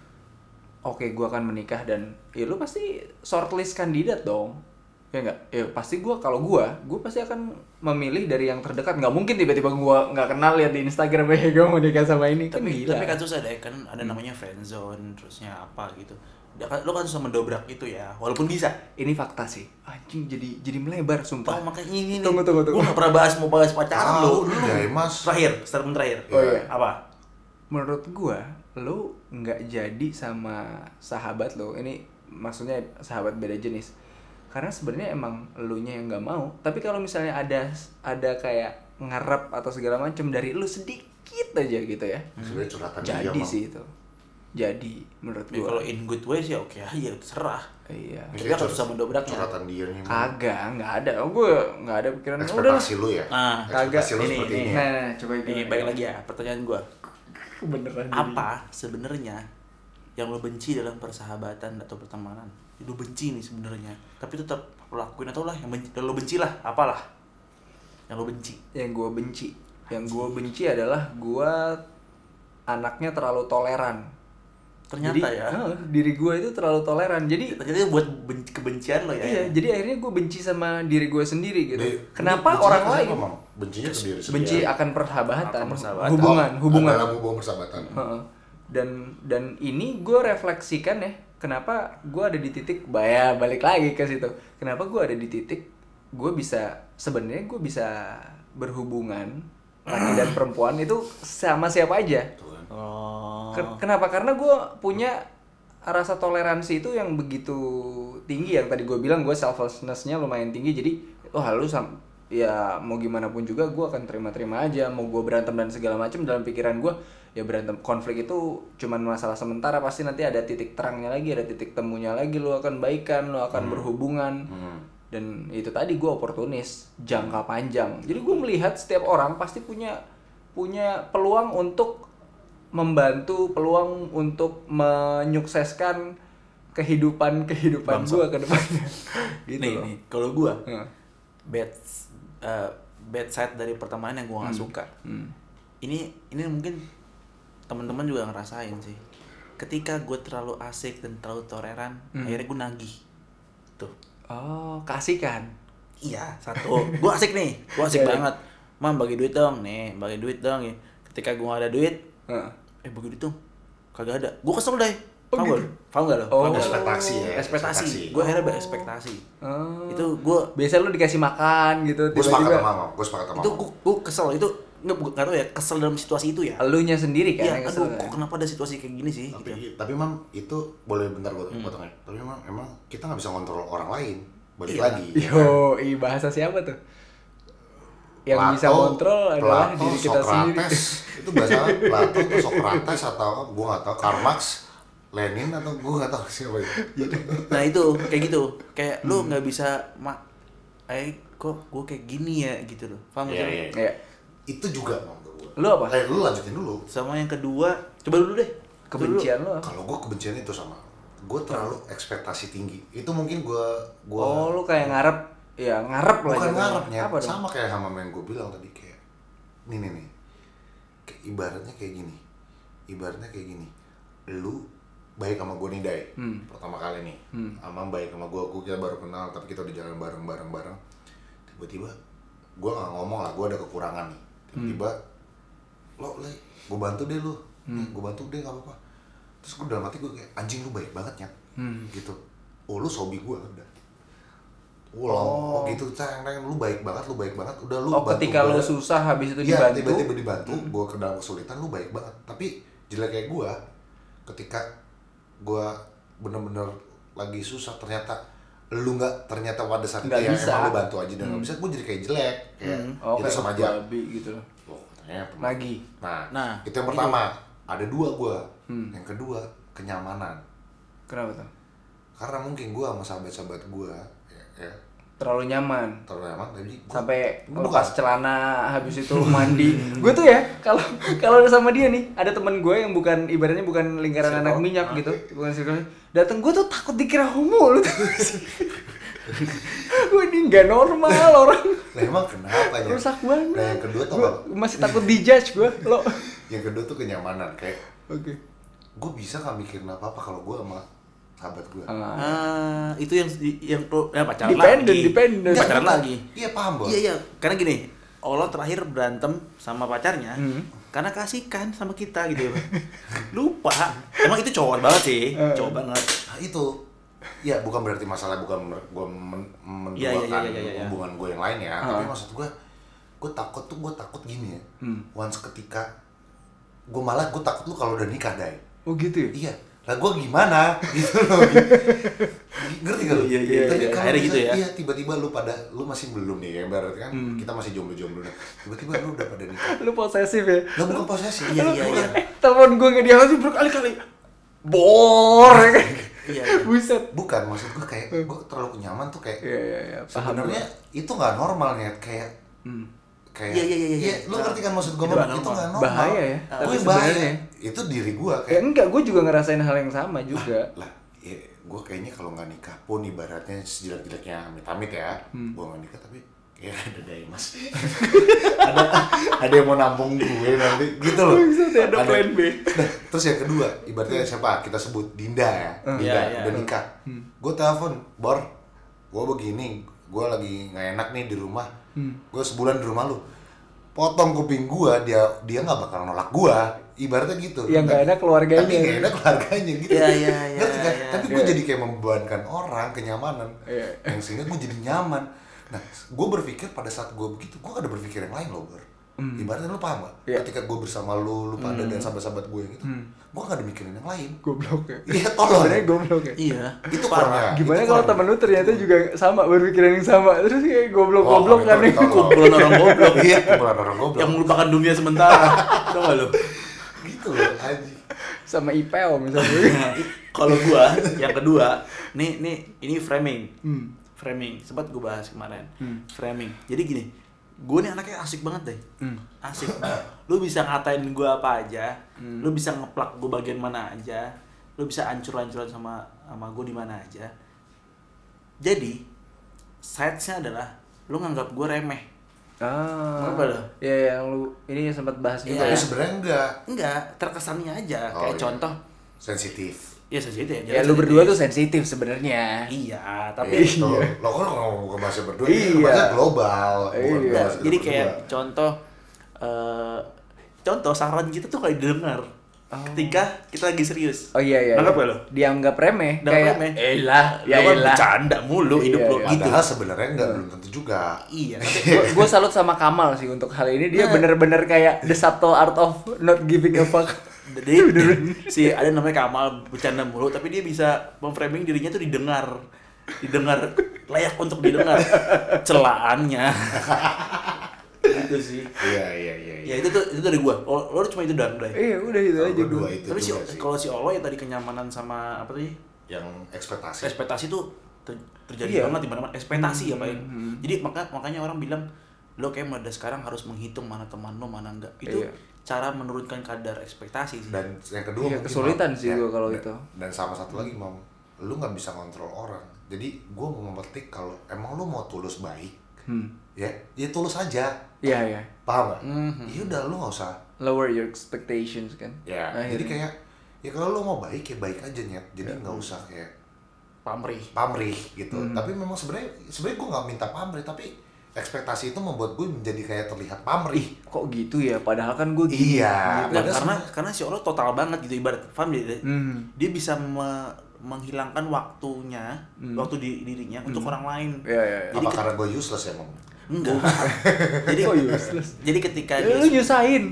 oke, gue akan menikah dan ya lu pasti shortlist kandidat dong. Ya enggak? Ya pasti kalau gue pasti akan memilih dari yang terdekat. Nggak mungkin tiba-tiba gue nggak kenal lihat di Instagram gue mau nikah sama ini. Kan gila. Tapi kan susah deh, kan ada namanya friendzone, terusnya apa gitu. Lo kan susah mendobrak itu ya, walaupun bisa. Ini fakta sih. Anjing jadi melebar sumpah. Oh makanya ini. Tunggu. Gue nggak pernah mau bahas pacaran lo. Tahu deh, Mas. Statement terakhir. Oh iya. Apa? Menurut gua, lu nggak jadi sama sahabat lo. Ini maksudnya sahabat beda jenis. Karena sebenarnya emang elunya yang nggak mau. Tapi kalau misalnya ada kayak ngarep atau segala macam dari lu sedikit aja gitu ya. Sebenarnya curhatan dia, Jadi Mam. sih itu. Jadi menurut Ya, gua. kalau in good way sih oke aja, serah. Iya. Tapi akan susah mendobraknya. Curhatan dia nih. Mam. Kagak, nggak ada. Gue nggak ada pikiran. Udah lah. Ekspektasi lu ya? Nah, Ekspektasi lu ini, seperti ini. ini. Nah, coba Ini balik lagi ya, pertanyaan gue. Beneran. Apa sebenarnya yang lo benci dalam persahabatan atau pertemanan? Lo benci nih sebenarnya, tapi tetap lo lakuin atau lah yang lo benci lah, apalah yang lo benci? Yang gue benci adalah gue anaknya terlalu toleran. Ternyata ya. Diri gue itu terlalu toleran. Jadi Ternyata itu buat kebencian lo ya. iya, jadi akhirnya gue benci sama diri gue sendiri gitu. Di- Kenapa bencinya orang ke siapa, lain Mam? Bencinya ke diri sendiri. benci akan persahabatan, Akan persahabatan. hubungan. Dalam hubungan persahabatan. Heeh. Dan ini gue refleksikan ya, kenapa gue ada di titik balik lagi ke situ. Kenapa gue ada di titik sebenarnya gue bisa berhubungan laki dan perempuan itu sama siapa aja. Oh. Kenapa? Karena gue punya rasa toleransi itu yang begitu tinggi, yang tadi gue bilang gue selflessness-nya lumayan tinggi. Jadi ya mau gimana pun juga gue akan terima-terima aja. Mau gue berantem dan segala macam, dalam pikiran gue ya berantem, konflik itu cuman masalah sementara, pasti nanti ada titik terangnya lagi, ada titik temunya lagi, lo akan baikan, lo akan berhubungan. Dan itu tadi gue oportunis jangka panjang. Jadi gue melihat setiap orang pasti punya peluang untuk membantu, peluang untuk menyukseskan kehidupan gue ke depannya. Gitu loh. Nih kalau gue bad side dari pertemanan yang gue nggak suka. Ini mungkin teman-teman juga ngerasain sih. Ketika gue terlalu asik dan terlalu toleran, akhirnya gue nagih. Tuh. Oh, kasihkan. Iya, satu. Gue asik nih, gue asik banget. Mam bagi duit dong, nih bagi duit dong. Ya. Ketika gue gak ada duit, bagi duit dong. Kagak ada. Gue kesel deh. Paham gak lo? Oh, Ekspektasi. Gue akhirnya berekspektasi. Itu gue biasa lu dikasih makan gitu, Gue sepakat tiba-tiba. sama Mama. Gue sepakat sama itu Mama. gue kesel itu nggak tahu ya, kesel dalam situasi itu ya. Elunya sendiri kan Iya, yang kesel. aduh, kok kenapa ada situasi kayak gini sih? Tapi Mam, itu boleh bentar gue potong ya. Tapi emang kita nggak bisa kontrol orang lain. Balik Iya. lagi. ya kan? Yo, bahasa siapa tuh? Yang bisa kontrol adalah Plato, diri kita sendiri. Socrates. Itu bahasa Plato atau Socrates atau gue nggak tahu, Karl Marx, Lenin atau gue nggak tahu siapa itu. Nah itu kayak gitu, kayak lu nggak bisa kok gue kayak gini ya gitu loh, paham Iya, gak? iya. Iya. Itu juga Mam gue. Lu apa? Lu lanjutin dulu. Sama yang kedua, coba dulu deh. Kebencian lo. Kalau gue kebencian itu sama gue terlalu ekspektasi tinggi. Itu mungkin gue Oh, lu kayak ngarep lah. bukan jadinya. ngarepnya, Apa dong? sama kayak sama yang gue bilang tadi, kayak nih kayak ibaratnya kayak gini, lu baik sama gue nih Dai, pertama kali nih, sama baik sama gue kita baru kenal tapi kita udah jalan bareng, tiba-tiba gue nggak ngomong lah, gue ada kekurangan nih, tiba-tiba gue bantu deh lu, gue bantu deh nggak apa-apa, terus gue dalam hati gue kayak anjing lu baik banget ya, gitu, lu sobi gue udah. Oh gitu, lu baik banget, udah lu Oh, bantu ketika gua. lu susah habis itu Iya, dibantu. tiba-tiba dibantu, gue ke dalam kesulitan, lu baik banget. Tapi jelek kayak gue, ketika gue bener-bener lagi susah, ternyata pada saat itu Nggak ya bisa. emang lu bantu aja dan nggak bisa, gue jadi kayak jelek, kayak Oh, itu kayak sama aja. babi gitu loh. Oh, ternyata. Lagi. Nah, itu yang pertama. Ada dua gue. Yang kedua, kenyamanan. Kenapa tuh? Karena mungkin gue sama sahabat-sahabat gue, ya Terlalu nyaman. terlalu nyaman, tapi Sampai Bukan. lepas celana, habis itu mandi. Gue tuh ya, kalau udah sama dia nih, ada temen gue yang ibaratnya bukan lingkaran Circle. anak minyak gitu, bukan circle. Dateng gue tuh takut dikira homo lu. Gue ini nggak normal orang. Lah emang kenapa ya? Rusak banget. Nah, yang kedua tuh Gua apa? masih takut dijudge gue. Lo. Yang kedua tuh kenyamanan, kayak Oke. gue bisa gak mikirin apa-apa kalau gue sama sahabat gue. Itu yang pacaran Dependent, lagi. dependent. Pacaran lagi. Iya paham Bos. Iya, karena gini, Allah terakhir berantem sama pacarnya karena kasihkan sama kita gitu. Lupa. Emang itu cowok banget sih, cowok banget. Nah itu, ya bukan berarti masalah gue menduakan Iya. hubungan gue yang lain ya. Tapi maksud gue takut gini ya. Once ketika gue takut lu kalau udah nikah Dai. Oh gitu ya? Iya. Lah gue gimana gitu loh. Ngerti gak lu? Iya. Tapi kalau Akhirnya gitu ya. Iya, tiba-tiba lu masih belum nih, ya berarti kan kita masih jomblo-jomblo nih. Tiba-tiba lu udah pada nikah. Lu posesif ya? Lu bukan posesif. Iya. Telepon gue nggak diangkat berkali-kali. Bor. Iya. Buset. Bukan, maksud gue kayak gue terlalu nyaman tuh kayak Iya. Paham. sebenarnya itu nggak normal ya, kayak Iya. lu ngerti kan maksud gue? Itu nggak Itu normal. nggak normal. Bahaya ya, Gue tapi yang sebenarnya. bahaya. Itu diri gue Ya kayak enggak, gue juga ngerasain hal yang sama juga. lah ya, gue kayaknya kalau nggak nikah pun ibaratnya sejelek-jeleknya amit-amit ya, gue nggak nikah tapi kayak ada Dai Mas. ada yang mau nampung gue nanti gitu loh. Ada plan B. Nah, terus yang kedua, ibaratnya siapa? Kita sebut Dinda ya. Dinda Iya. udah nikah. Gue telepon, Bor, gue begini, gue lagi nggak enak nih di rumah. Gue sebulan di rumah lu. Potong kuping gue, dia nggak bakal nolak gue. Ibaratnya gitu. Yang nggak enak keluarganya. Tapi nggak enak keluarganya gitu. Iya. Ngerti kan? Iya. Tapi gue jadi kayak membebankan orang, kenyamanan. Iya. Yang sehingga gue jadi nyaman. Nah, gue berpikir pada saat gue begitu, gue gak ada berpikir yang lain loh, Bor. Ibaratnya lu paham gak? Iya. Ketika gue bersama lu pada dan sahabat-sahabat gue yang itu, gue gak ada mikirin yang lain. Goblok ya. Iya, tolong. Sebenarnya goblok ya. Iya. Itu kurangnya. Gimana Itu kalau kurang. temen lu ternyata juga sama berpikiran yang sama, terus kayak goblok-goblok kan nih. Kumpulan orang goblok. Iya, kumpulan orang goblok. Yang melupakan dunia sementara. Tau gak lu? Gitu loh, anjing. Sama IPO misalnya. Kalau gua yang kedua, ini framing. Framing. Sempat gua bahas kemarin. Framing. Jadi gini, gua nih anaknya asik banget deh. Asik. Lu bisa ngatain gua apa aja, lu bisa ngeplak gua bagian mana aja, lu bisa hancur-hancuran sama gua di mana aja. Jadi, sides-nya adalah lu nganggap gua remeh. Kenapa lo? Ya yang lu ini sempat bahas juga Tapi ya. sebenarnya Enggak, terkesannya aja. Oh, Kayak iya. contoh, sensitif. ya sensitif Ya lu berdua tuh sensitif sebenarnya. Iya, Tapi tapi lo kan ngomong ke bahasa berdua, Iya. ini bahasa global. Bukan Iya. bahasa kita jadi berdua. kayak contoh saran kita tuh kayak didengar ketika kita lagi serius. Oh iya. Nangkep gak lo? Dianggap remeh. Dianggap Kayak remeh. elah, ya Lu kan elah. bercanda mulu hidup Iya, lo iya. gitu. Padahal sebenarnya nggak belum tentu juga. Iya, tapi Gue salut sama Kamal sih untuk hal ini. Dia bener-bener kayak the subtle art of not giving a fuck. jadi si ada namanya Kamal bercanda mulu tapi dia bisa memframing dirinya tuh didengar layak untuk didengar celaannya. Itu sih. Iya. Ya itu dari gua. Lo cuma itu doang, Bray. Iya udah itu Kalau aja berdua gue. itu Tapi juga sih. kalau si Olo ya tadi kenyamanan sama apa tadi? Yang ekspektasi. Ekspektasi tuh terjadi Iya. banget di mana-mana. Ekspektasi ya, Pak. Jadi makanya orang bilang lo kayak mulai dari sekarang harus menghitung mana teman lo, mana enggak. Itu Iya. cara menurunkan kadar ekspektasi sih. Dan yang kedua Iya, mungkin, kesulitan Mam, sih gua kalau itu. Dan sama satu lagi, Mam, lu nggak bisa kontrol orang. Jadi gua mau memetik kalau emang lu mau tulus baik, ya tulus aja. Iya. Paham nggak? Ya udah lu nggak usah. Lower your expectations kan. Ya. Jadi kayak ya kalau lu mau baik ya baik aja nyet. Jadi nggak usah kayak pamrih gitu. Tapi memang sebenarnya gua nggak minta pamrih, tapi ekspektasi itu membuat gue menjadi kayak terlihat pamrih. Kok gitu ya? Padahal kan gue gini. Iya. Nah, karena si Olo total banget gitu ibarat paham dia. Dia bisa menghilangkan waktunya, waktu dirinya untuk orang lain. Iya. Jadi Apa karena gue useless ya, Mam? enggak. Jadi Kok useless? Jadi ketika Lu nyusahin.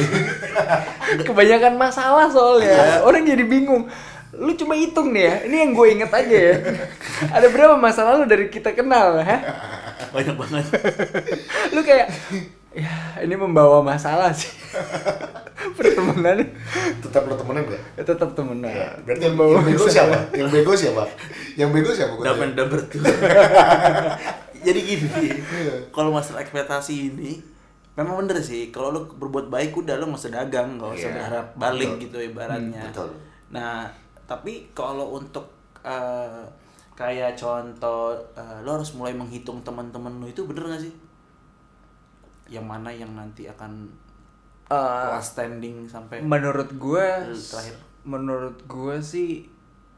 Kebanyakan masalah soalnya. Orang jadi bingung. Lu cuma hitung nih ya. Ini yang gue inget aja ya. Ada berapa masa lalu dari kita kenal, ha? banyak banget. Lu kayak ya ini membawa masalah sih. Pertemanan Tetap lo temenan gak? tetap temenan. Ya, berarti yang bego siapa? Yang bego siapa? Yang bego siapa? Gua tanya. Double tuh. Jadi gini, kalau masalah ekspektasi ini memang bener sih. Kalau lu berbuat baik udah lu nggak usah dagang, nggak usah Iya, berharap balik betul. gitu ibaratnya. Betul. Nah, tapi kalau untuk kayak contoh lu harus mulai menghitung teman-teman lu itu bener nggak sih? Yang mana yang nanti akan last standing sampai Menurut gue terakhir. Menurut gue sih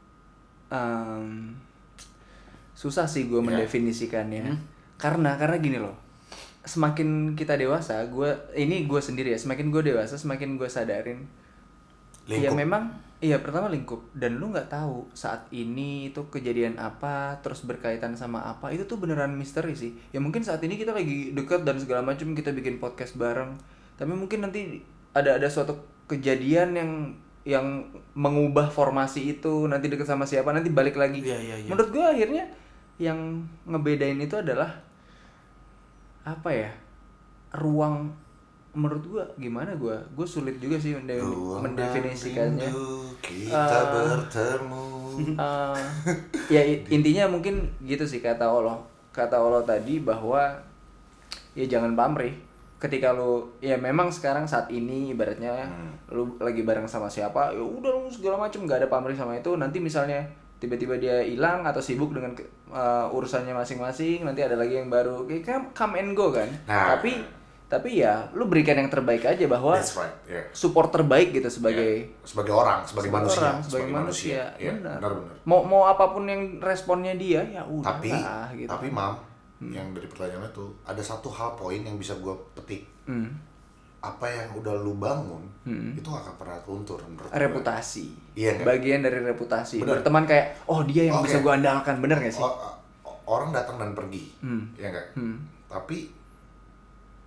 susah sih gue mendefinisikannya. Karena gini loh. Semakin kita dewasa, gue sendiri ya, semakin gue dewasa, semakin gue sadarin ya memang iya pertama lingkup, dan lu nggak tahu saat ini itu kejadian apa, terus berkaitan sama apa, itu tuh beneran misteri sih. Ya mungkin saat ini kita lagi deket dan segala macam, kita bikin podcast bareng, tapi mungkin nanti ada suatu kejadian yang mengubah formasi itu, nanti deket sama siapa, nanti balik lagi. Iya. Menurut gue akhirnya yang ngebedain itu adalah apa ya, ruang. Menurut gua gimana, gue sulit juga sih mendefinisikannya. Kita bertemu. Ya intinya mungkin gitu sih kata Allah tadi, bahwa ya jangan pamrih. Ketika lu ya memang sekarang saat ini ibaratnya lu lagi bareng sama siapa, ya udah lu segala macam, nggak ada pamrih sama itu. Nanti misalnya tiba-tiba dia hilang atau sibuk dengan urusannya masing-masing, nanti ada lagi yang baru, kayak come and go kan. Nah. Tapi ya lu berikan yang terbaik aja, bahwa That's right. Yeah. support terbaik gitu sebagai orang, sebagai manusia. sebagai manusia. Ya, Benar. benar. Mau apapun yang responnya dia, ya udah lah gitu. Tapi Mam, yang dari pertanyaannya tuh ada satu hal poin yang bisa gue petik. Apa yang udah lu bangun itu gak akan pernah luntur menurut gue. Reputasi. Iya, nggak? Bagian dari reputasi. Bener. Berteman kayak, oh dia yang Oke. bisa gue andalkan, bener gak sih? Orang datang dan pergi, ya enggak. Tapi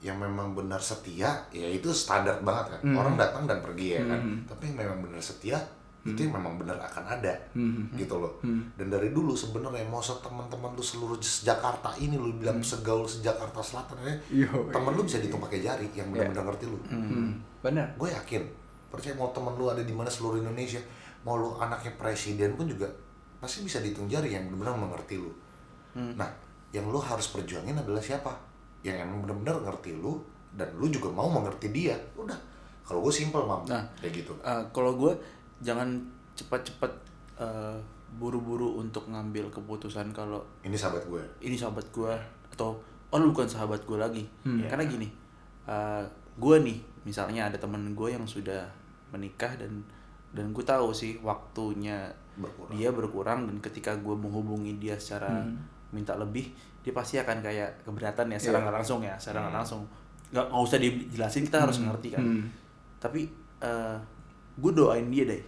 yang memang benar setia, ya itu standar banget kan. Orang datang dan pergi ya kan. Tapi yang memang benar setia, itu yang memang benar akan ada, gitu loh. Dan dari dulu sebenarnya mau teman-teman lu seluruh Jakarta ini lu bilang segaul se-Jakarta Selatan ya, temen lu bisa dihitung pakai jari yang benar-benar ngerti lu. Benar. Gue yakin, percaya mau temen lu ada di mana seluruh Indonesia, mau lu anaknya presiden pun juga pasti bisa dihitung jari yang benar-benar mengerti lu. Nah, yang lu harus perjuangin adalah siapa? Yang emang benar-benar ngerti lu dan lu juga mau mengerti dia. Udah. Kalau gue simple, Mam. Nah, kayak gitu. Kalau gue jangan cepat-cepat buru-buru untuk ngambil keputusan kalau Ini sahabat gue. ini sahabat gue atau lu bukan sahabat gue lagi. Karena gini, gue nih misalnya ada temen gue yang sudah menikah dan gue tahu sih waktunya dia berkurang, dan ketika gue menghubungi dia secara minta lebih, dia pasti akan kayak keberatan ya secara nggak langsung ya, secara nggak langsung, nggak usah dijelasin, kita harus ngerti kan. Tapi gue doain dia deh.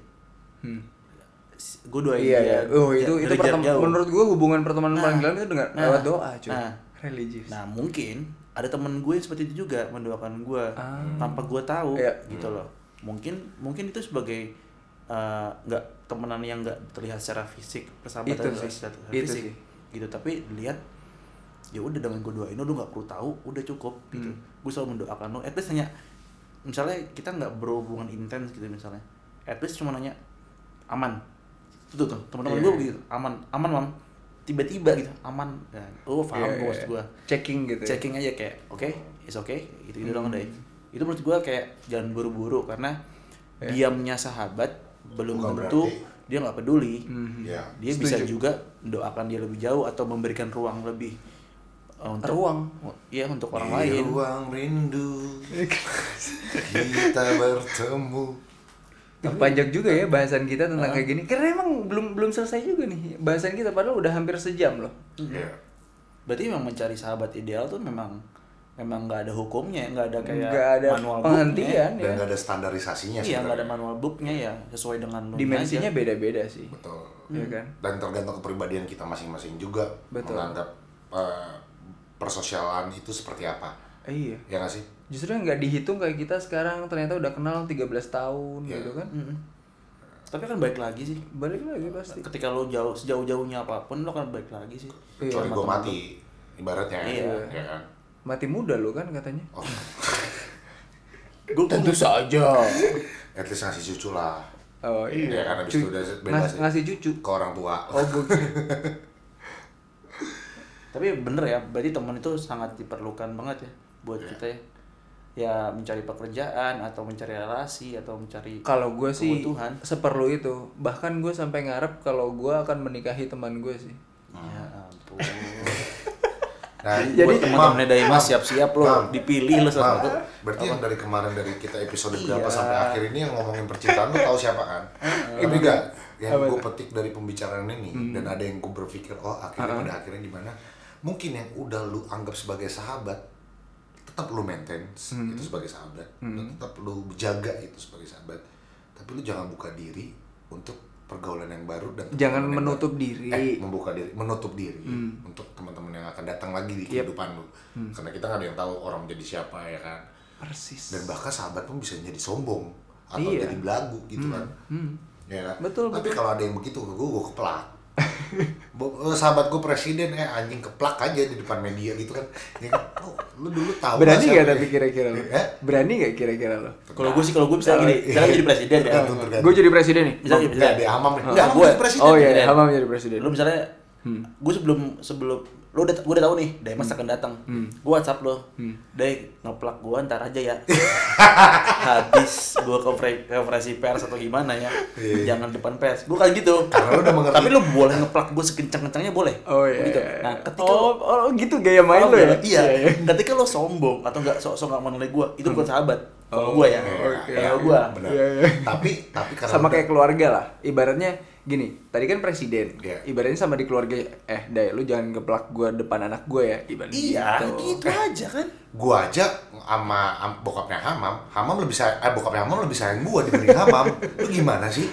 Gue doain dia. Itu menurut gue hubungan pertemanan paling dalam itu dengan lewat doa, cuy. Religius. Nah, mungkin ada temen gue yang seperti itu juga mendoakan gue tanpa gue tahu, gitu loh. Mungkin itu sebagai nggak temenan yang nggak terlihat secara fisik, persahabatan secara fisik, gitu. Tapi lihat, ya udah dengan gue doain lu nggak perlu tahu, udah cukup gitu. Gue selalu mendoakan lu, at least hanya misalnya kita nggak berhubungan intens gitu misalnya, at least cuma nanya aman, tuh teman-teman gue begitu, aman Mam, tiba-tiba gitu aman, ya, paham gue maksud gue, checking aja kayak oke, it's okay, gitu doang deh. Itu menurut gue kayak jangan buru-buru, karena diamnya sahabat belum Bukan tentu berarti dia nggak peduli. Ya. Dia bisa juga mendoakan dia lebih jauh atau memberikan ruang lebih untuk orang lain. Ruang rindu kita bertemu. Panjang juga ya bahasan kita tentang kayak gini, karena emang belum selesai juga nih bahasan kita, padahal udah hampir sejam loh. Berarti memang mencari sahabat ideal tuh memang nggak ada hukumnya, nggak ada kayak nggak ada manual penghentian booknya, Dan nggak ada standarisasinya. iya nggak ada manual booknya ya, sesuai dengan lu dimensinya aja. beda-beda sih. Betul. Ya kan? Dan tergantung kepribadian kita masing-masing juga. Betul. Menganggap persosialan itu seperti apa. Iya. Ya nggak sih? Justru nggak dihitung kayak kita sekarang ternyata udah kenal 13 tahun gitu kan. Tapi kan balik lagi sih, Balik lagi pasti. ketika lu sejauh-jauhnya apapun lo kan balik lagi sih. Kecuali gue mati, ibaratnya. Iya. Ya kan? Mati muda lo kan katanya. Oh, Gue Tentu saja. at least ngasih cucu lah. Oh Ya iya. kan habis itu udah bebas Ngasih cucu. ke orang tua. Oh Tapi bener ya, berarti teman itu sangat diperlukan banget ya buat kita ya. Ya mencari pekerjaan atau mencari relasi atau mencari Kalau gue sih kebutuhan. seperlu itu. Bahkan gue sampai ngarep kalau gue akan menikahi teman gue sih. Ya ampun. Nah, Jadi, buat teman-temannya Daimas siap-siap lo, Mam. dipilih lo Mam, satu. berarti yang dari kemarin dari kita episode berapa Iya. sampai akhir ini yang ngomongin percintaan lu tahu siapa kan? Tapi enggak, yang gue petik dari pembicaraan ini dan ada yang gue berpikir akhirnya pada akhirnya gimana? Mungkin yang udah lu anggap sebagai sahabat tetap lu maintain itu sebagai sahabat, dan tetap lu jaga itu sebagai sahabat. Tapi lu jangan buka diri untuk pergaulan yang baru dan Jangan teman-teman yang menutup baru. diri. Menutup diri untuk teman-teman yang akan datang lagi di kehidupan lu. Karena kita nggak ada yang tahu orang menjadi siapa ya kan. Persis. Dan bahkan sahabat pun bisa jadi sombong atau Iya. jadi belagu gitu kan. Ya kan? Betul, Tapi betul. kalau ada yang begitu gue keplak. Sahabat gue presiden anjing keplak aja di depan media gitu kan. Ya kan? Lu dulu tahu Berani lah gak siapa tapi ya? kira-kira lo? Berani gak kira-kira lo? Kalau gue bisa gini, misalnya jadi presiden ya. Tergantung. Gue jadi presiden nih. Misalnya Enggak, di Hamam nih. Enggak, Hamam gue. jadi presiden. Oh iya, presiden. Hamam jadi presiden. Lu misalnya gue sebelum gue udah tahu nih Daimas akan datang. Gue WhatsApp lo. Dai, ngeplak gue ntar aja ya. Habis gue konferensi pers atau gimana ya. Jangan depan pers. Gue kan gitu. Karena lu udah mengerti. Tapi lu boleh ngeplak gue sekencang-kencangnya boleh. Oh iya. Gitu. Nah, ketika gitu gaya main lo ya? Iya. Ketika lo sombong atau nggak sok-sok nggak menilai gue, itu bukan sahabat. Kalau gue ya. Kalau gue. Benar. Iya, iya. Tapi karena Sama udah- kayak keluarga lah. Ibaratnya gini, tadi kan presiden. Iya. Ibaratnya sama di keluarga, Dai, lu jangan geplak gue depan anak gue ya. Ibaratnya Iya, gitu aja kan. gua aja sama bokapnya Hamam lebih sayang, bokapnya Hamam lebih sayang gua dibanding Hamam. Lu gimana sih?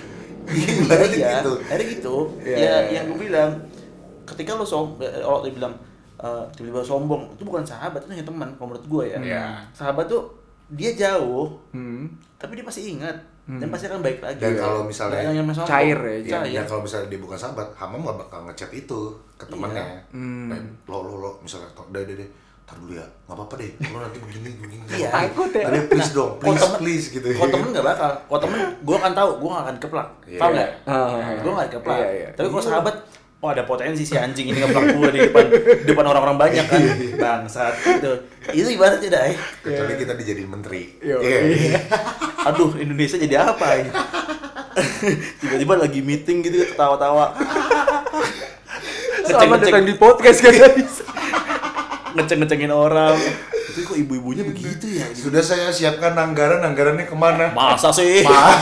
Ibaratnya Iya, gitu. ada gitu. Iya, Ya, iya, yang gue bilang, ketika lo kalau dia bilang tiba-tiba sombong, itu bukan sahabat, itu hanya teman kalau menurut gue ya. Iya. Sahabat tuh dia jauh, tapi dia pasti ingat dan pasti akan baik lagi. Dan kalau misalnya yang sombong, cair ya, cair. dan kalau misalnya dia bukan sahabat, Hamam gak bakal ngechat itu ke temannya. Lo misalnya deh tar dulu ya, nggak apa-apa deh, lo nanti begini. Iya. Takut ya. Tapi please dong, please gitu. Kalau temen nggak bakal, kalau temen gue akan tahu, gue nggak akan keplak, paham nggak? Gue nggak keplak. Iya. Tapi kalau sahabat, oh ada potensi si anjing ini ngeplak gue di depan orang-orang banyak kan, bangsat gitu. Itu ibaratnya dah. Kecuali kita dijadiin menteri. Iya. Aduh, Indonesia jadi apa ya? Tiba-tiba lagi meeting gitu, ketawa-tawa. Selamat datang di podcast guys. Ngeceng-ngecengin orang. Itu kok ibu-ibunya begitu ya? Sudah saya siapkan anggarannya kemana? Masa sih?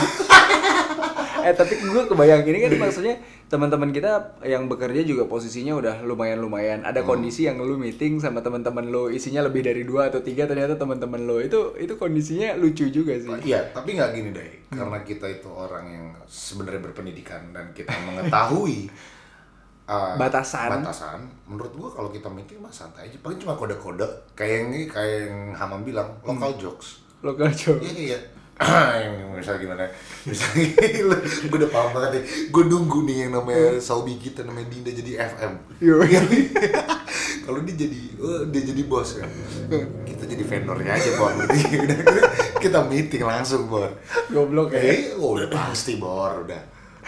Tapi gue kebayang ini kan maksudnya teman-teman kita yang bekerja juga posisinya udah lumayan. Ada kondisi yang lu meeting sama teman-teman lu isinya lebih dari 2 atau 3, ternyata teman-teman lu itu kondisinya lucu juga sih. Iya, tapi nggak gini deh. Karena kita itu orang yang sebenarnya berpendidikan dan kita mengetahui batasan. Menurut gua kalau kita meeting mah santai aja. Paling cuma kode-kode kayak yang Hamam bilang, local jokes. Local joke. Iya. Yang misalnya gimana? Misalnya gue udah paham banget nih. Gue nunggu nih yang namanya Saubi kita namanya Dinda jadi FM. Kalau dia jadi bos kan. Kita jadi vendornya aja, Bor. Kita meeting langsung, Bor. Goblok ya. Udah pasti, Bor, udah.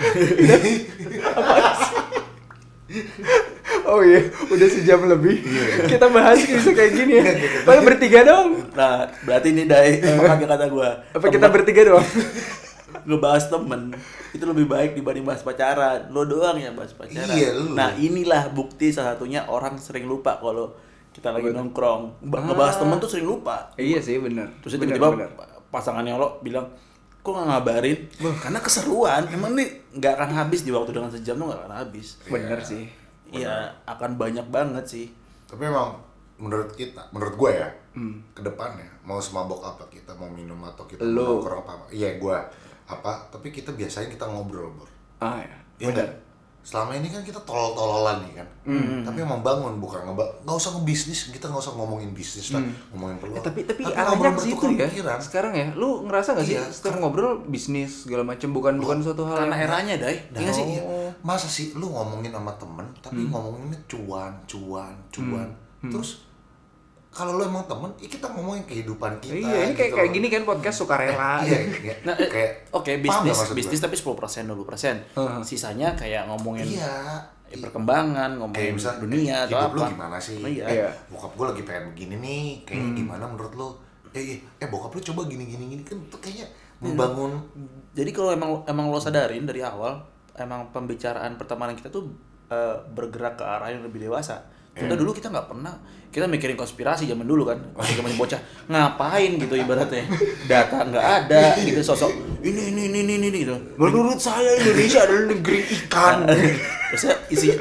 Oh iya, udah sejam lebih. Kita bahas bisa kayak gini ya. Paling bertiga dong. Nah, berarti ini Dai, makanya kata gue. Apa kita bertiga doang? Ngebahas temen itu lebih baik dibanding bahas pacaran. Lo doang yang bahas pacaran. Iya, lu. Nah, inilah bukti salah satunya orang sering lupa kalau kita lagi nongkrong. Ngebahas temen tuh sering lupa. Iya sih, benar. Terus tiba-tiba pasangannya lo bilang, kok nggak ngabarin? Karena keseruan. Emang nih nggak akan habis di waktu dengan sejam tuh nggak akan habis. Bener sih. Iya, akan banyak banget sih. Tapi emang menurut gue ya, ke depannya mau semabok apa kita, mau minum atau kita mau nongkrong apa. Iya, gue apa, tapi kita biasanya kita ngobrol, Bor. Ya. Bener. Selama ini kan kita tolol-tololan nih kan. Tapi membangun bukan nggak usah ngebisnis, kita nggak usah ngomongin bisnis lah, ngomongin peluang. Tapi arahnya ke situ ya. Sekarang ya, lu ngerasa nggak sih setiap ngobrol bisnis segala macam bukan suatu hal Karena eranya, Dai. Iya sih. Masa sih lu ngomongin sama temen tapi ngomonginnya cuan. Terus kalau lu emang temen, kita ngomongin kehidupan kita. Iya, ini gitu kayak gini kan podcast sukarela. Iya. Nah, kayak oke, bisnis tapi 10%, 20%. Sisanya kayak ngomongin perkembangan, ngomongin dunia atau hidup apa. lu gimana sih? Iya. Bokap gue lagi pengen begini nih, kayaknya gimana menurut lu? Bokap lu coba gini kan tuh kayaknya membangun. Jadi kalau emang lo sadarin dari awal, emang pembicaraan pertemanan kita tuh bergerak ke arah yang lebih dewasa. Udah dulu kita nggak pernah, kita mikirin konspirasi zaman dulu kan, zaman bocah ngapain gitu ibaratnya, data nggak ada gitu, sosok ini gitu. Menurut saya Indonesia adalah negeri ikan. Terusnya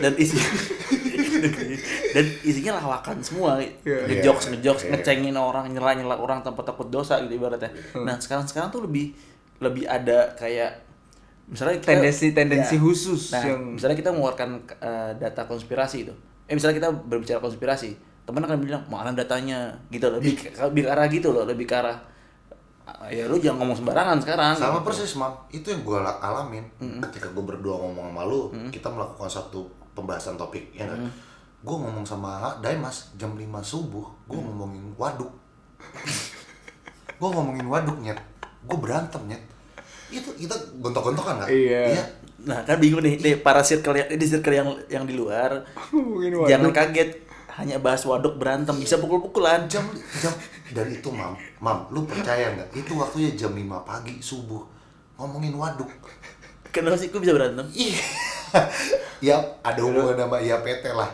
isinya lawakan semua, ngejokes, ngecengin orang, nyela orang tanpa takut dosa gitu ibaratnya. Nah sekarang tuh lebih ada kayak misalnya kita, tendensi khusus yang misalnya kita mengeluarkan data konspirasi itu. Misalnya kita berbicara konspirasi, teman akan bilang mana datanya gitu, lebih ke arah gitu loh, lebih ke arah ya lu jangan ngomong sembarangan sekarang. Sama gitu. persis, Mam. Itu yang gue alamin ketika gue berdua ngomong sama lu, kita melakukan satu pembahasan topik ya kan. Gue ngomong sama Daimas jam 5 subuh, gue ngomongin waduk. Gue ngomongin waduk, Nyet. Gue berantem, Nyet. Itu kita gontok-gontokan enggak? Iya. Nah, kan bingung nih para circle yang di luar. Jangan kaget hanya bahas waduk berantem, bisa pukul-pukulan. Jam dan itu, Mam, lu percaya nggak? Itu waktunya jam 5 pagi subuh ngomongin waduk. Kenapa sih gue bisa berantem? Iya. Ya, ada hubungan sama IAPT lah.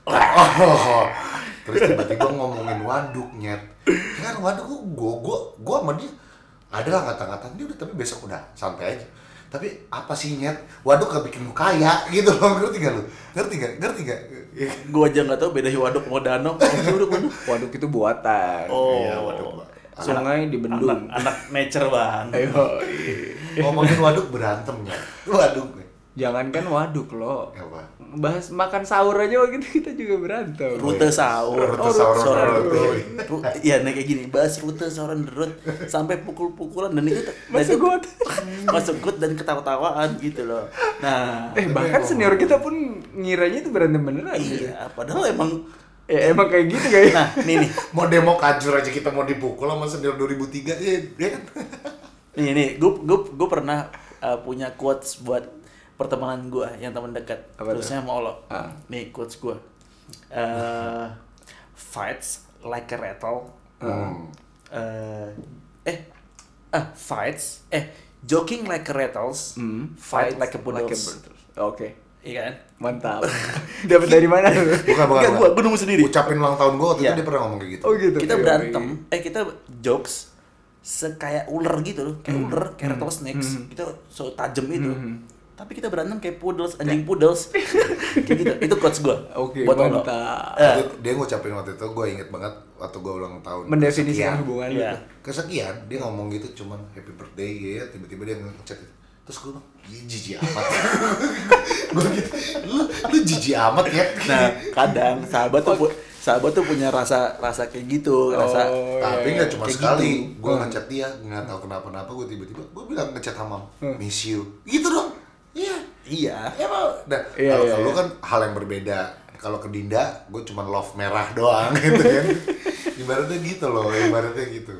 Terus tiba-tiba ngomongin waduk, Nyet. Kan waduk gua sama dia ada lah ngata-ngataan dia udah, tapi besok udah santai aja. Tapi apa sih, Nyet? Waduk gak bikin lu kaya gitu loh, ngerti gak lu? Ngerti gak? Gue aja gak tahu beda waduk sama danau. Waduk itu buatan. Oh, iya, waduk. Sungai di bendung. Anak nature, Bang. Ayo. Ngomongin waduk berantemnya. Waduk. Jangankan waduk lo. Apa? Bahas makan sahur aja waktu itu kita juga berantem. Rute sahur. Rute sahur on the road. Iya, kayak gini, bahas rute sahur on the road sampai pukul-pukulan dan itu Masuk got. masuk got dan ketawa-tawaan gitu loh. Nah, Bahkan senior kita pun ngiranya itu berantem beneran. iya, padahal emang Emang kayak gitu guys. nah, nih. Mau demo kajur aja kita mau dipukul sama senior 2003 ya kan? Nih, gue pernah punya quotes buat pertemanan gue yang teman dekat, Apa terusnya sama Olo. Ah. Nih quotes gue, fights like a rattle, joking like a rattles, fight like a poodles. Oke. Iya kan? Mantap. Dapat dari mana lu? Bukan. Gue nemu sendiri. Ucapin ulang tahun gue waktu Iya. itu dia pernah ngomong kayak gitu. Oh gitu. Kita berantem, kita jokes kayak ular gitu loh, kayak ular, kayak rattle snakes, kita so tajam itu. Tapi kita berantem kayak poodles, anjing poodles, kayak gitu. Itu quotes gue. Oke, buat Olo. mantap. Dia ngucapin waktu itu, gue inget banget waktu gue ulang tahun. Mendefinisikan kesekian. hubungan Iya. Kesekian, dia ngomong gitu cuman happy birthday ya, tiba-tiba dia ngechat gitu. Terus gue bilang, jijik amat. Gue gitu, lu jijik amat ya. Nah, kadang sahabat tuh punya rasa kayak gitu, rasa Tapi nggak cuma kayak sekali, gitu. gue ngechat dia, nggak tahu kenapa gue tiba-tiba, gue bilang ngechat Hamam, miss you, gitu dong. Iya. Emang, nah, Iya, kalau iya, lu kan hal yang berbeda. Kalau ke Dinda, gue cuma love merah doang gitu kan. Ibaratnya gitu loh, ibaratnya gitu.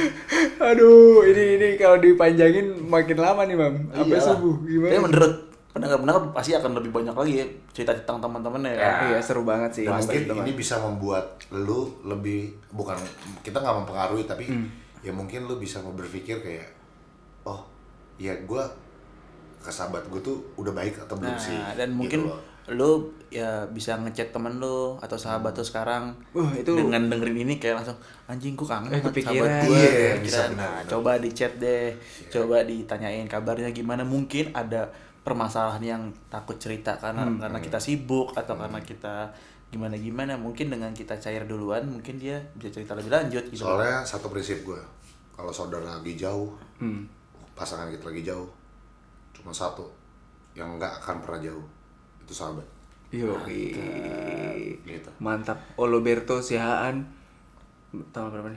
Aduh, ini kalau dipanjangin makin lama nih, Mam. Sampai Iyalah. subuh. Gimana? Tapi menurut pendengar-pendengar pasti akan lebih banyak lagi ya cerita tentang teman-temannya ya. Iya, seru banget sih. Dan mungkin Teman-teman. ini bisa membuat lu lebih, bukan, kita nggak mempengaruhi, tapi ya mungkin lu bisa berpikir kayak, oh, ya gue ke sahabat gue tuh udah baik atau belum sih? Dan Gitu mungkin loh. lu ya bisa ngechat temen lu atau sahabat lu sekarang itu dengan dengerin ini kayak langsung anjing gua kangen sama kepikiran. sahabat gue. Iya, bisa Nah, benar. coba di chat deh, coba ditanyain kabarnya gimana. Mungkin ada permasalahan yang takut cerita karena kita sibuk atau karena kita gimana mungkin dengan kita cair duluan mungkin dia bisa cerita lebih lanjut gitu. Soalnya satu prinsip gue, kalau saudara lagi jauh, pasangan kita lagi jauh, cuma satu yang nggak akan pernah jauh, itu sahabat. Yoi. Gitu. Mantap. Oloberto Sihaan. Tanggal berapa nih?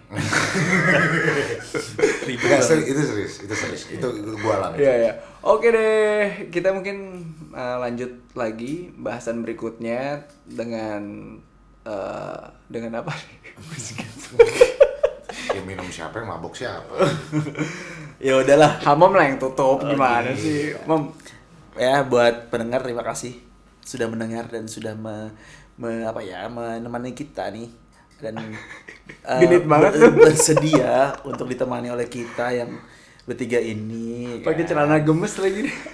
Nggak, itu serius. Itu gue alami. Iya. Oke deh, kita mungkin lanjut lagi bahasan berikutnya dengan apa nih? Ya minum siapa yang mabok siapa? Ya udahlah. Hamam lah yang tutup, gimana sih? Mam. Ya buat pendengar terima kasih sudah mendengar dan sudah menemani kita nih dan Genit banget tuh. bersedia untuk ditemani oleh kita yang bertiga ini. Pakai celana gemes lagi nih.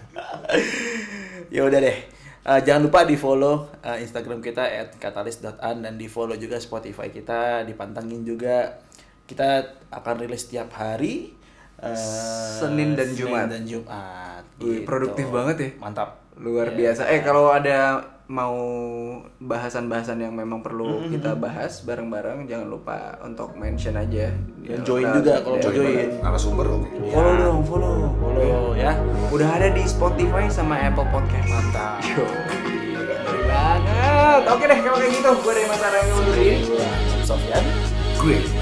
Ya udah deh. Jangan lupa di follow Instagram kita @katalis.an dan di follow juga Spotify kita, dipantengin juga. Kita akan rilis setiap hari Senin dan Jumat. Wih, produktif banget ya. Mantap. Luar biasa. Kalau ada mau bahasan-bahasan yang memang perlu kita bahas bareng-bareng, jangan lupa untuk mention aja. Dan join juga kalau mau join. Narasumber oke. Follow dong, follow Ya. Udah ada di Spotify sama Apple Podcast. Mantap. Yo, ngeri banget. Oke deh, kalau kayak gitu, gue dari Mas Arang undur diri. Sofyan. Gue